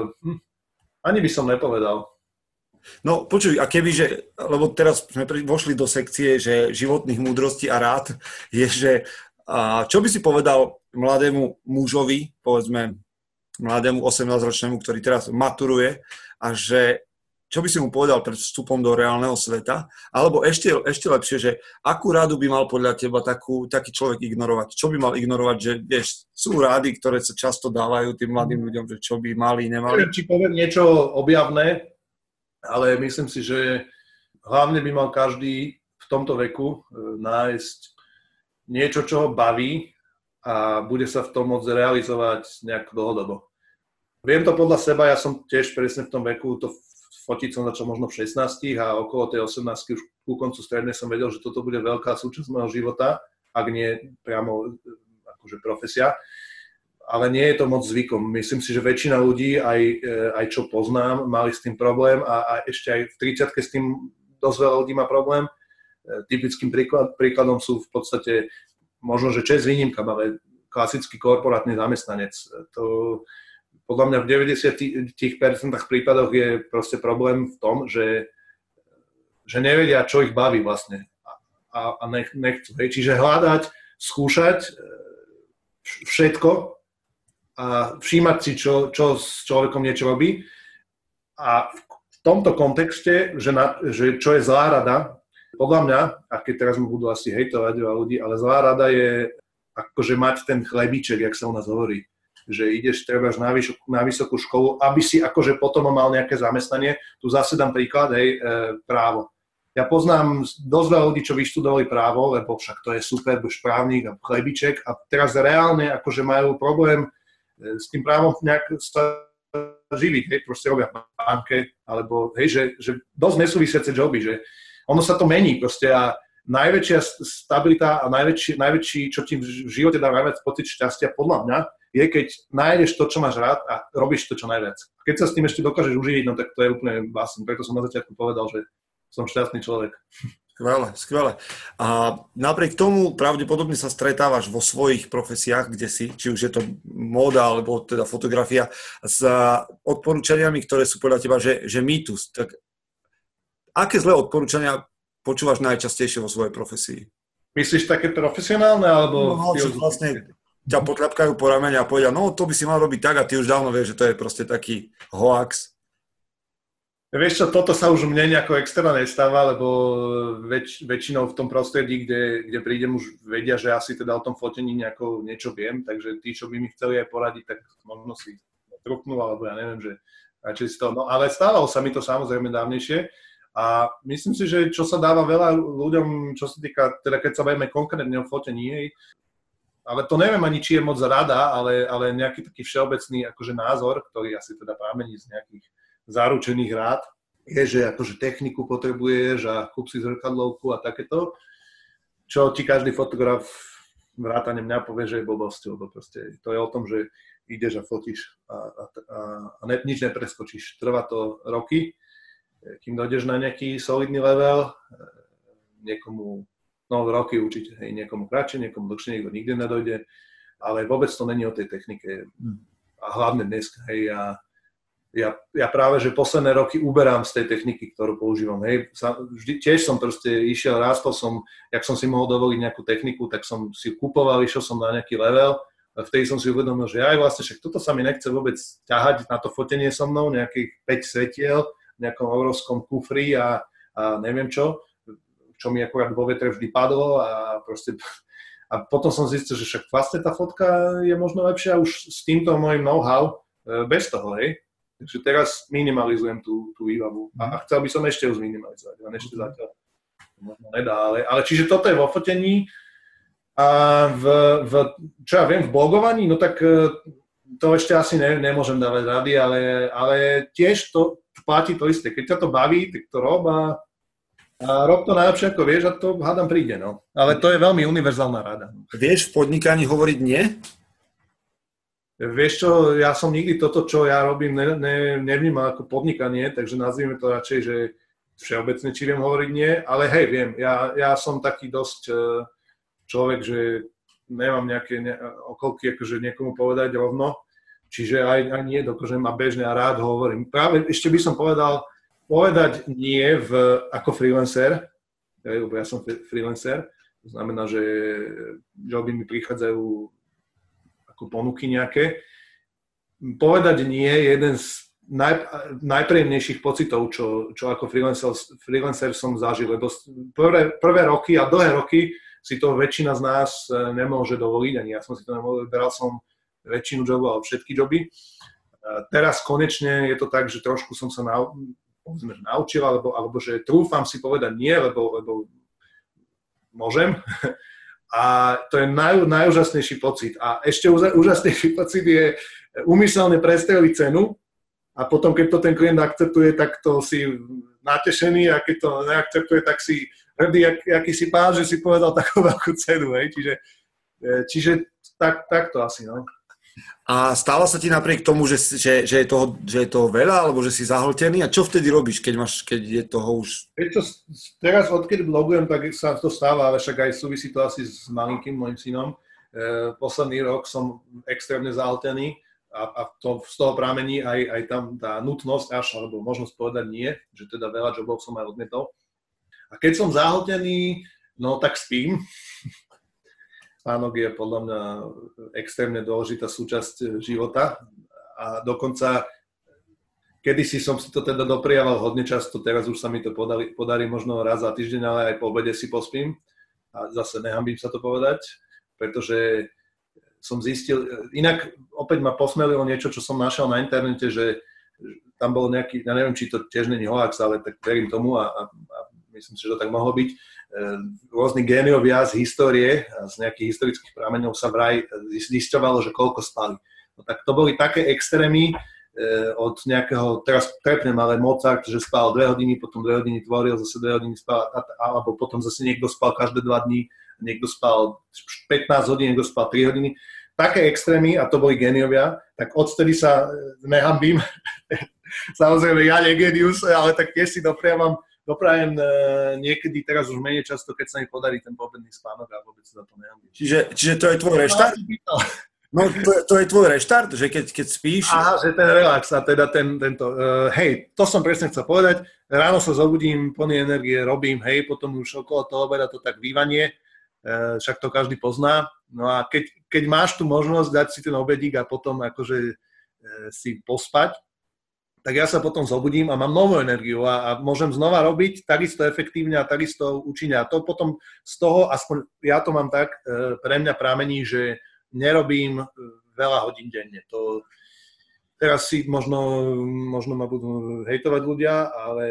ani by som nepovedal. No počuj, a kebyže, lebo teraz sme vošli do sekcie, že životných múdrostí a rád je, že čo by si povedal mladému mužovi, povedzme mladému 18-ročnému, ktorý teraz maturuje a že čo by si mu povedal pred vstupom do reálneho sveta, alebo ešte lepšie, že akú rádu by mal podľa teba taký človek ignorovať? Čo by mal ignorovať, že vieš, sú rády, ktoré sa často dávajú tým mladým ľuďom, že čo by mali, nemali? Či poviem niečo objavné, ale myslím si, že hlavne by mal každý v tomto veku nájsť niečo, čo ho baví a bude sa v tom môcť realizovať nejak dlhodobo. Viem to podľa seba, ja som tiež presne v tom veku, to fotiť som začal možno v 16 a okolo tej 18 už ku koncu strednej som vedel, že toto bude veľká súčasť môjho života, ak nie priamo akože profesia. Ale nie je to moc zvykom. Myslím si, že väčšina ľudí, aj čo poznám, mali s tým problém a ešte aj v 30-ke s tým dosť veľa ľudí má problém. Typickým príkladom sú v podstate, možno, že česť výnimkám, ale klasický korporátny zamestnanec. podľa mňa v 90% prípadoch je proste problém v tom, že nevedia, čo ich baví vlastne a nechcú. Hej. Čiže hľadať, skúšať všetko a všímať si, čo s človekom niečo robí. A v tomto kontexte, že čo je zlá rada, podľa mňa, a keď teraz mu budú asi hejtovať veľa ľudí, ale zlá rada je akože mať ten chlebíček, jak sa u nás hovorí. Že ideš trebáš na vysokú školu, aby si akože potom mal nejaké zamestnanie. Tu zase dám príklad, právo. Ja poznám dosť veľa ľudí, čo vyštudovali právo, lebo však to je super, budeš právnik a chlebiček a teraz reálne akože majú problém s tým právom nejak sa živiť, hej, proste robia v banke, alebo hej, že dosť nesúvisiace joby, že ono sa to mení proste a najväčšia stabilita a najväčší, čo ti v živote dá najviac pocit šťastia, podľa mňa, je, keď nájdeš to, čo máš rád a robíš to čo najviac. Keď sa s tým ešte dokážeš uživiť, no tak to je úplne vlastne, preto som na začiatku povedal, že som šťastný človek. Skvelé. A napriek tomu pravdepodobne sa stretávaš vo svojich profesiách, kde si, či už je to móda, alebo teda fotografia, s odporúčaniami, ktoré sú podľa teba, že mýtus. Tak aké zlé odporúčania počúvaš najčastejšie vo svojej profesii? Myslíš také profesionálne, alebo... No, čo vlastne ťa potľapkajú po ramene a povedia, no to by si mal robiť tak a ty už dávno vieš, že to je proste taký hoax. Vieš čo, toto sa už mne nejako extra nestáva, lebo väčšinou v tom prostredí, kde prídem, už vedia, že asi teda o tom fotení niečo viem, takže tí, čo by mi chceli aj poradiť, tak možno si trúknú, alebo ja neviem, že radšej si to... No ale stávalo sa mi to samozrejme dávnejšie a myslím si, že čo sa dáva veľa ľuďom, čo sa týka, teda keď sa bavíme konkrétne o fotení, hej, ale to neviem ani, či je moc rada, ale nejaký taký všeobecný akože názor, ktorý asi teda pramení z nejakých zaručených rád, je, že akože techniku potrebuješ a kúp si zrkadlovku a takéto, čo ti každý fotograf vrátane mňa povie, že je blbosť, lebo proste to je o tom, že ideš a fotíš a nič nepreskočíš. Trvá to roky, kým dojdeš na nejaký solidný level, niekomu, no roky určite, hej, niekomu kratšie, niekomu dlhšie, niekto nikdy nedojde, ale vôbec to není o tej technike a hlavne dnes, hej, ja práve, že posledné roky uberám z tej techniky, ktorú používam. Hej. Tiež som proste išiel, rástol som, jak som si mohol dovoliť nejakú techniku, tak som si ju kupoval, išiel som na nejaký level a vtedy som si uvedomil, že aj vlastne však toto sa mi nechce vôbec ťahať na to fotenie so mnou, nejakých 5 svetiel v nejakom obrovskom kufri a neviem čo mi akorát vo vetre vždy padlo a proste... A potom som zistil, že však vlastne tá fotka je možno lepšia už s týmto môjim know-how bez toho, hej. Takže teraz minimalizujem tú výbavu a chcel by som ešte ju zminimalizovať, ale ešte zatiaľ možno nedá, ale čiže toto je vo fotení a čo ja viem, v blogovaní, no tak to ešte asi nemôžem dávať rady, ale tiež to platí to isté, keď ťa to baví, tak to rob a rob to najlepšie ako vieš a to hádam príde, no. Ale to je veľmi univerzálna rada. Vieš v podnikaní hovoriť nie? Vieš čo, ja som nikdy toto, čo ja robím, nevnímal ako podnikanie, takže nazvime to radšej, že všeobecne či viem hovoriť nie, ale hej, viem, ja som taký dosť človek, že nemám nejaké okolky, akože niekomu povedať rovno, čiže aj nie dokážem a bežne a rád hovorím. Práve ešte by som povedať nie ako freelancer, lebo ja som freelancer, to znamená, že joby mi prichádzajú ako ponuky nejaké. Povedať nie je jeden z najpríjemnejších pocitov, čo ako freelancer som zažil, lebo prvé roky a dlhé roky si to väčšina z nás nemôže dovoliť, ani ja som si to nemohol, beral som väčšinu jobov alebo všetky joby. Teraz konečne je to tak, že trošku som sa naučil, alebo že trúfam si povedať nie, lebo môžem. A to je najúžasnejší pocit. A ešte úžasnejší pocit je úmyselne prestreliť cenu a potom, keď to ten klient akceptuje, tak to si natešený a keď to neakceptuje, tak si hrdý, aký si pán, že si povedal takú veľkú cenu. Hej. Čiže tak to asi. No. A stáva sa ti napriek tomu, že je toho veľa, alebo že si zahltený? A čo vtedy robíš, keď je toho už... Teraz, odkedy blogujem, tak sa to stáva, ale však aj súvisí to asi s malinkým môjim synom. Posledný rok som extrémne zahltený z toho pramení aj tam tá nutnosť alebo možnosť povedať nie, že teda veľa jobov som aj odmietol. A keď som zahltený, no tak spím. Spánok je podľa mňa extrémne dôležitá súčasť života a dokonca kedysi som si to teda dopriaval hodne často, teraz už sa mi to podarí možno raz za týždeň, ale aj po obede si pospím a zase nehambím sa to povedať, pretože som zistil, inak opäť ma posmelilo niečo, čo som našiel na internete, že tam bol nejaký, ja neviem, či to tiež není hoax, ale tak verím tomu a myslím si, že to tak mohlo byť. Rôzni géniovia z histórie a z nejakých historických prameňov sa vraj zisťovalo, že koľko spali. No tak to boli také extrémy od nejakého, teraz trepnem, ale Mozart, že spal 2 hodiny, potom 2 hodiny tvoril, zase 2 hodiny spal, alebo potom zase niekto spal každé 2 dní, niekto spal 15 hodín, niekto spal 3 hodiny. Také extrémy, a to boli géniovia, tak odtedy sa nehambím. Samozrejme, ja nie genius, ale tak tiež si doprajem niekedy, teraz už menej často, keď sa mi podarí ten pobedný spánok a vôbec sa za to nehambím. Čiže to je tvoj reštart? No, to je tvoj reštart, že keď spíš... Aha, že ten relax a teda tento... hej, to som presne chcel povedať. Ráno sa zobudím, plný energie, robím, hej, potom už okolo toho obeda to tak bývanie, však to každý pozná. No a keď máš tu možnosť dať si ten obedík a potom akože si pospať, tak ja sa potom zobudím a mám novú energiu a môžem znova robiť takisto efektívne a takisto účinne. A to potom z toho, aspoň ja to mám tak, pre mňa pramení, že nerobím veľa hodín denne. To teraz si možno ma budú hejtovať ľudia, ale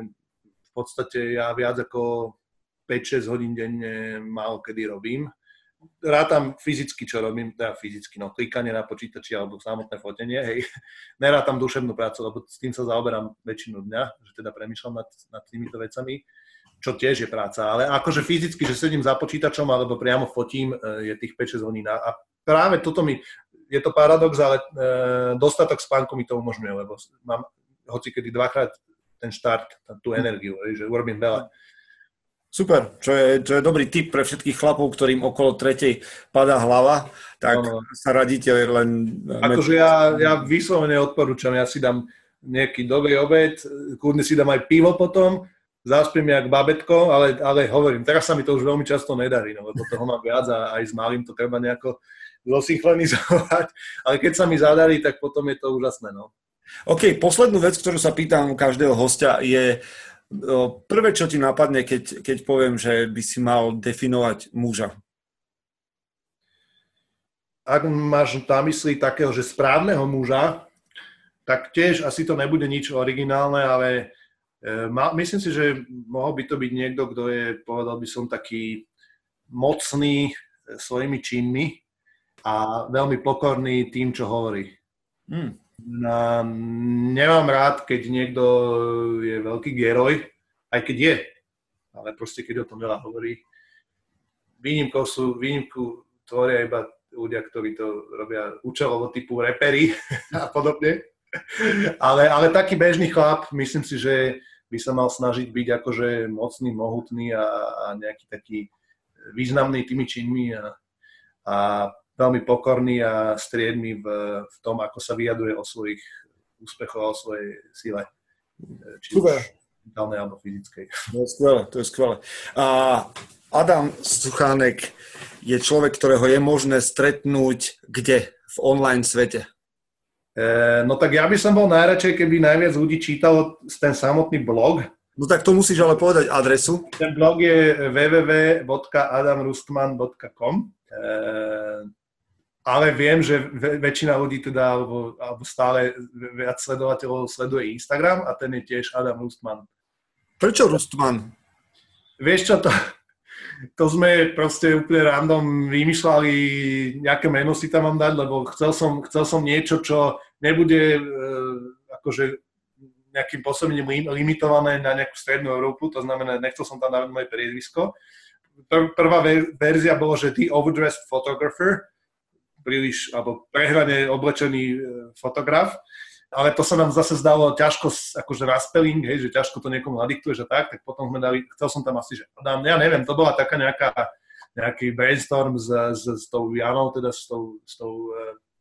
v podstate ja viac ako 5-6 hodín denne málo kedy robím. Rátam fyzicky, čo robím, teda fyzicky, no klikanie na počítači alebo samotné fotenie, hej. Nerátam duševnú prácu, lebo s tým sa zaoberám väčšinu dňa, že teda premýšľam nad týmito vecami, čo tiež je práca, ale akože fyzicky, že sedím za počítačom alebo priamo fotím, je tých 5-6 hodín. A práve toto je to paradox, ale dostatok spánku mi to umožňuje, lebo mám hocikedy 2-krát ten štart, tú energiu, že urobím veľa. Super, čo je dobrý tip pre všetkých chlapov, ktorým okolo 3:00 padá hlava, tak sa radíte len... Akože ja vyslovene odporúčam, ja si dám nejaký dobrý obed, kľudne si dám aj pivo potom, zaspím jak babetko, ale hovorím, teraz sa mi to už veľmi často nedarí, no, lebo toho mám viac a aj s malým to treba nejako zosynchronizovať, ale keď sa mi zadarí, tak potom je to úžasné. No. OK, poslednú vec, ktorú sa pýtam každého hostia je, prvé, čo ti napadne, keď poviem, že by si mal definovať muža? Ak máš na mysli takého, že správneho muža, tak tiež asi to nebude nič originálne, ale myslím si, že mohol by to byť niekto, kto je, povedal by som, taký mocný svojimi činmi a veľmi pokorný tým, čo hovorí. Nemám rád, keď niekto je veľký geroj, aj keď je, ale proste keď o tom veľa hovorí. Výnimku tvoria iba ľudia, ktorí to robia účelovo typu reperi a podobne. Ale taký bežný chlap, myslím si, že by sa mal snažiť byť akože mocný, mohutný a nejaký taký významný tými činmi a veľmi pokorný a striedmy v tom, ako sa vyjadruje o svojich úspechoch a o svojej sile. Či už mentálnej alebo fyzickej. To je skvelé. Adam Suchánek je človek, ktorého je možné stretnúť kde? V online svete? No tak ja by som bol najradšej, keby najviac ľudí čítalo ten samotný blog. No tak to musíš ale povedať adresu. Ten blog je www.adamrustman.com. Ale viem, že väčšina ľudí teda, alebo stále viac sledovateľov sleduje Instagram a ten je tiež Adam Rustman. Prečo Rustman? Vieš čo, to sme proste úplne random vymýšľali, nejaké meno si tam mám dať, lebo chcel som niečo, čo nebude akože nejakým pôsobením limitované na nejakú strednú Európu, to znamená, nechcel som tam dať moje priezvisko. Prvá verzia bolo, že The Overdressed Photographer, príliš, alebo prehrane oblečený fotograf, ale to sa nám zase zdalo ťažko, akože raspelling, hej, že ťažko to niekomu nadiktuješ a tak potom sme dali, chcel som tam asi, že ja neviem, to bola taká nejaký brainstorm s tou Janou, teda s tou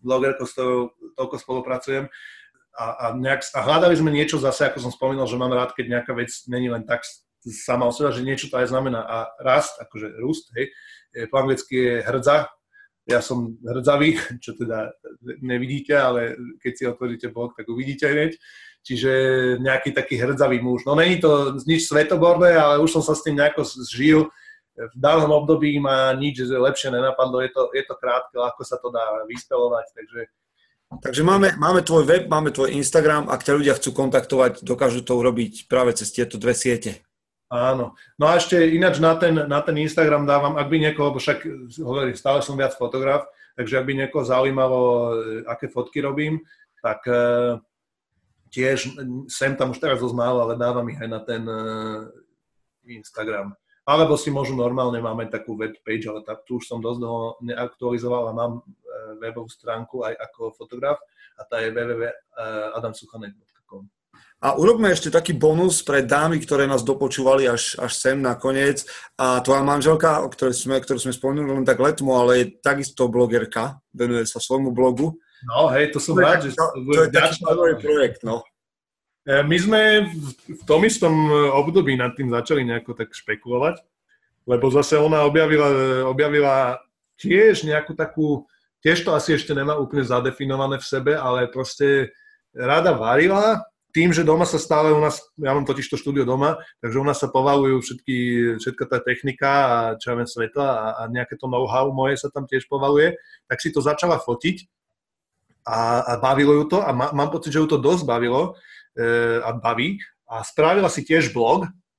blogerkou, s ktorou toľko spolupracujem. A hľadali sme niečo zase, ako som spomínal, že mám rád, keď nejaká vec není len tak sama o sebe, že niečo to aj znamená. A rast, akože rúst, hej, po anglicky je hrdza. Ja som hrdzavý, čo teda nevidíte, ale keď si otvoríte blog, tak uvidíte hneď. Čiže nejaký taký hrdzavý muž. No není to nič svetoborné, ale už som sa s tým nejako zžil. V danom období ma nič lepšie nenapadlo. Je to krátke, ľahko sa to dá vyspelovať, Takže máme tvoj web, máme tvoj Instagram. Ak ťa ľudia chcú kontaktovať, dokážu to urobiť práve cez tieto dve siete. Áno. No a ešte ináč na ten Instagram dávam, ak by niekoho, lebo však hovorím, stále som viac fotograf, takže ak by niekoho zaujímalo, aké fotky robím, tak tiež sem tam už teraz dosť málo, ale dávam ich aj na ten Instagram. Alebo si môžu normálne, máme takú webpage, ale tu už som dosť dlho neaktualizoval a mám webovú stránku aj ako fotograf a tá je www.adamsuchanek.com. A urobme ešte taký bonus pre dámy, ktoré nás dopočúvali až sem nakoniec. A tvoja manželka, ktorú sme spomenuli len tak letmo, ale je takisto blogerka, venuje sa svojmu blogu. No hej, to som rád, že to je taký nový projekt, no. My sme v tom istom období nad tým začali nejako tak špekulovať, lebo zase ona objavila tiež nejakú takú, tiež to asi ešte nemá úplne zadefinované v sebe, ale proste rada varila, tým, že doma sa stále u nás, ja mám totiž to štúdio doma, takže u nás sa povalujú všetka tá technika a čo ja viem, svetla a nejaké to know-how moje sa tam tiež povaluje, tak si to začala fotiť a bavilo ju to a mám pocit, že ju to dosť bavilo a baví a spravila si tiež blog,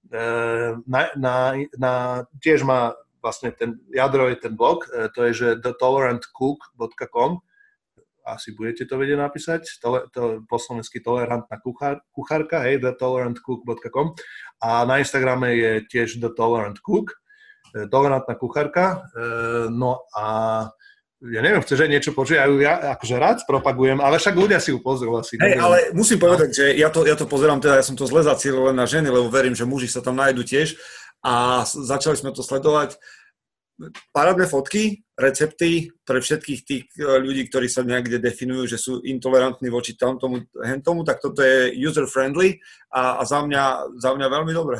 tiež má vlastne ten jadro je ten blog, to je že thetolerantcook.com. Asi budete to vedieť napísať, to po slovensky tolerantná kuchárka, hej, thetolerantcook.com a na Instagrame je tiež thetolerantcook, tolerantná kuchárka, no a ja neviem, chceš aj niečo počuť, ja akože rád propagujem, ale však ľudia si ju pozrú asi. Hej, ale musím povedať, že ja to pozerám teda, ja som to zle zacielil len na ženy, lebo verím, že muži sa tam nájdu tiež a začali sme to sledovať. Parádne fotky, recepty pre všetkých tých ľudí, ktorí sa niekde definujú, že sú intolerantní voči tomu, tak toto je user-friendly a za mňa veľmi dobré.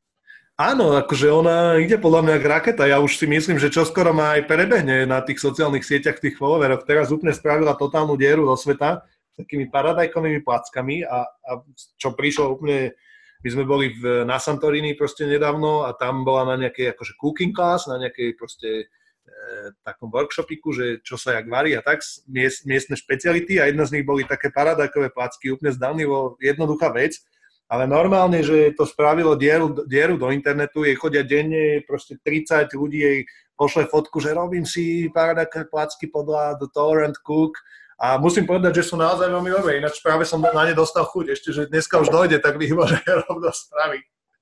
Áno, akože ona ide podľa mňa ako raketa. Ja už si myslím, že čoskoro má aj prebehne na tých sociálnych sieťach, v tých followeroch. Teraz úplne spravila totálnu dieru do sveta s takými paradajkovými plackami a čo prišlo úplne. My sme boli na Santorini proste nedávno a tam bola na nejakej akože cooking class, na nejakej proste takom workshopiku, že čo sa jak varí a tak, miestne špeciality a jedna z nich boli také paradajkové placky, úplne zdanlivo jednoduchá vec, ale normálne, že to spravilo dieru do internetu, jej chodia denne, proste 30 ľudí jej pošle fotku, že robím si paradajkové placky podľa The Tolerant Cook. A musím povedať, že sú naozaj veľmi dobré, ináč práve som na ne dostal chuť, ešte, že dneska už dojde, tak by môže rovno spraviť.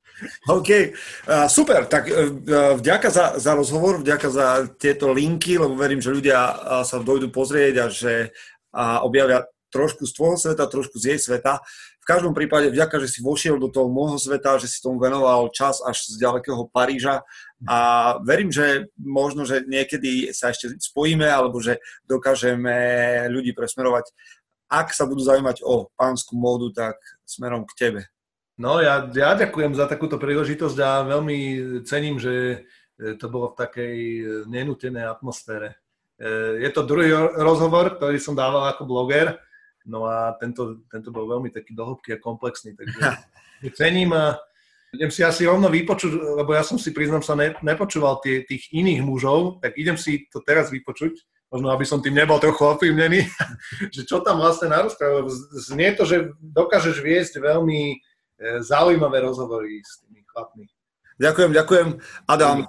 OK, super, tak vďaka za rozhovor, vďaka za tieto linky, lebo verím, že ľudia sa dojdú pozrieť a že objavia trošku z tvojho sveta, trošku z jej sveta. V každom prípade vďaka, že si vošiel do toho môjho sveta, že si tomu venoval čas až z ďalekého Paríža a verím, že možno, že niekedy sa ešte spojíme alebo že dokážeme ľudí presmerovať, ak sa budú zaujímať o pánsku módu, tak smerom k tebe. No ja ďakujem za takúto príležitosť a veľmi cením, že to bolo v takej nenútenej atmosfére. Je to druhý rozhovor, ktorý som dával ako bloger. No a tento bol veľmi taký dohlbký a komplexný, takže cením a idem si asi rovno vypočuť, lebo ja som si, priznám sa, nepočúval tých iných mužov, tak idem si to teraz vypočuť, možno aby som tým nebol trochu ovplyvnený, že čo tam vlastne narozprávajú. Znie to, že dokážeš viesť veľmi zaujímavé rozhovory s tými chlapmi. Ďakujem. Adam,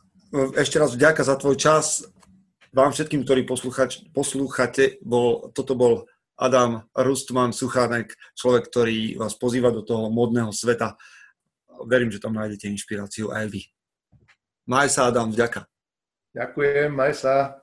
ešte raz vďaka za tvoj čas. Vám všetkým, ktorí poslúchate, toto bol Adam Rustman Suchanek, človek, ktorý vás pozýva do toho módneho sveta. Verím, že tam nájdete inšpiráciu aj vy. Maj sa, Adam, vďaka. Ďakujem, maj sa.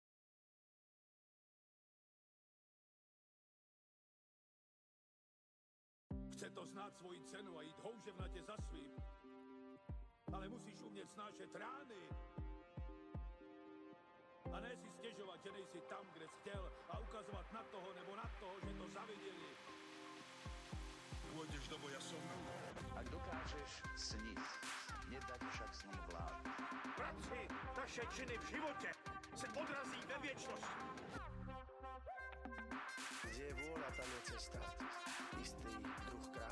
Chce to znáť svoji cenu a ísť houževnate za svým. Ale musíš umieť snášať rány. A A ne si stěžovat, že nejsi tam, kde jsi chtěl a ukazovat na toho nebo na toho, že to zaviděli. Pôjdeš do boja som. Ak dokážeš sniť, nedať však snom vlád. Práci, taše činy v živote se odrazí ve viečnosť. Kde je vôľa, tam je cesta. Istý druh krásy.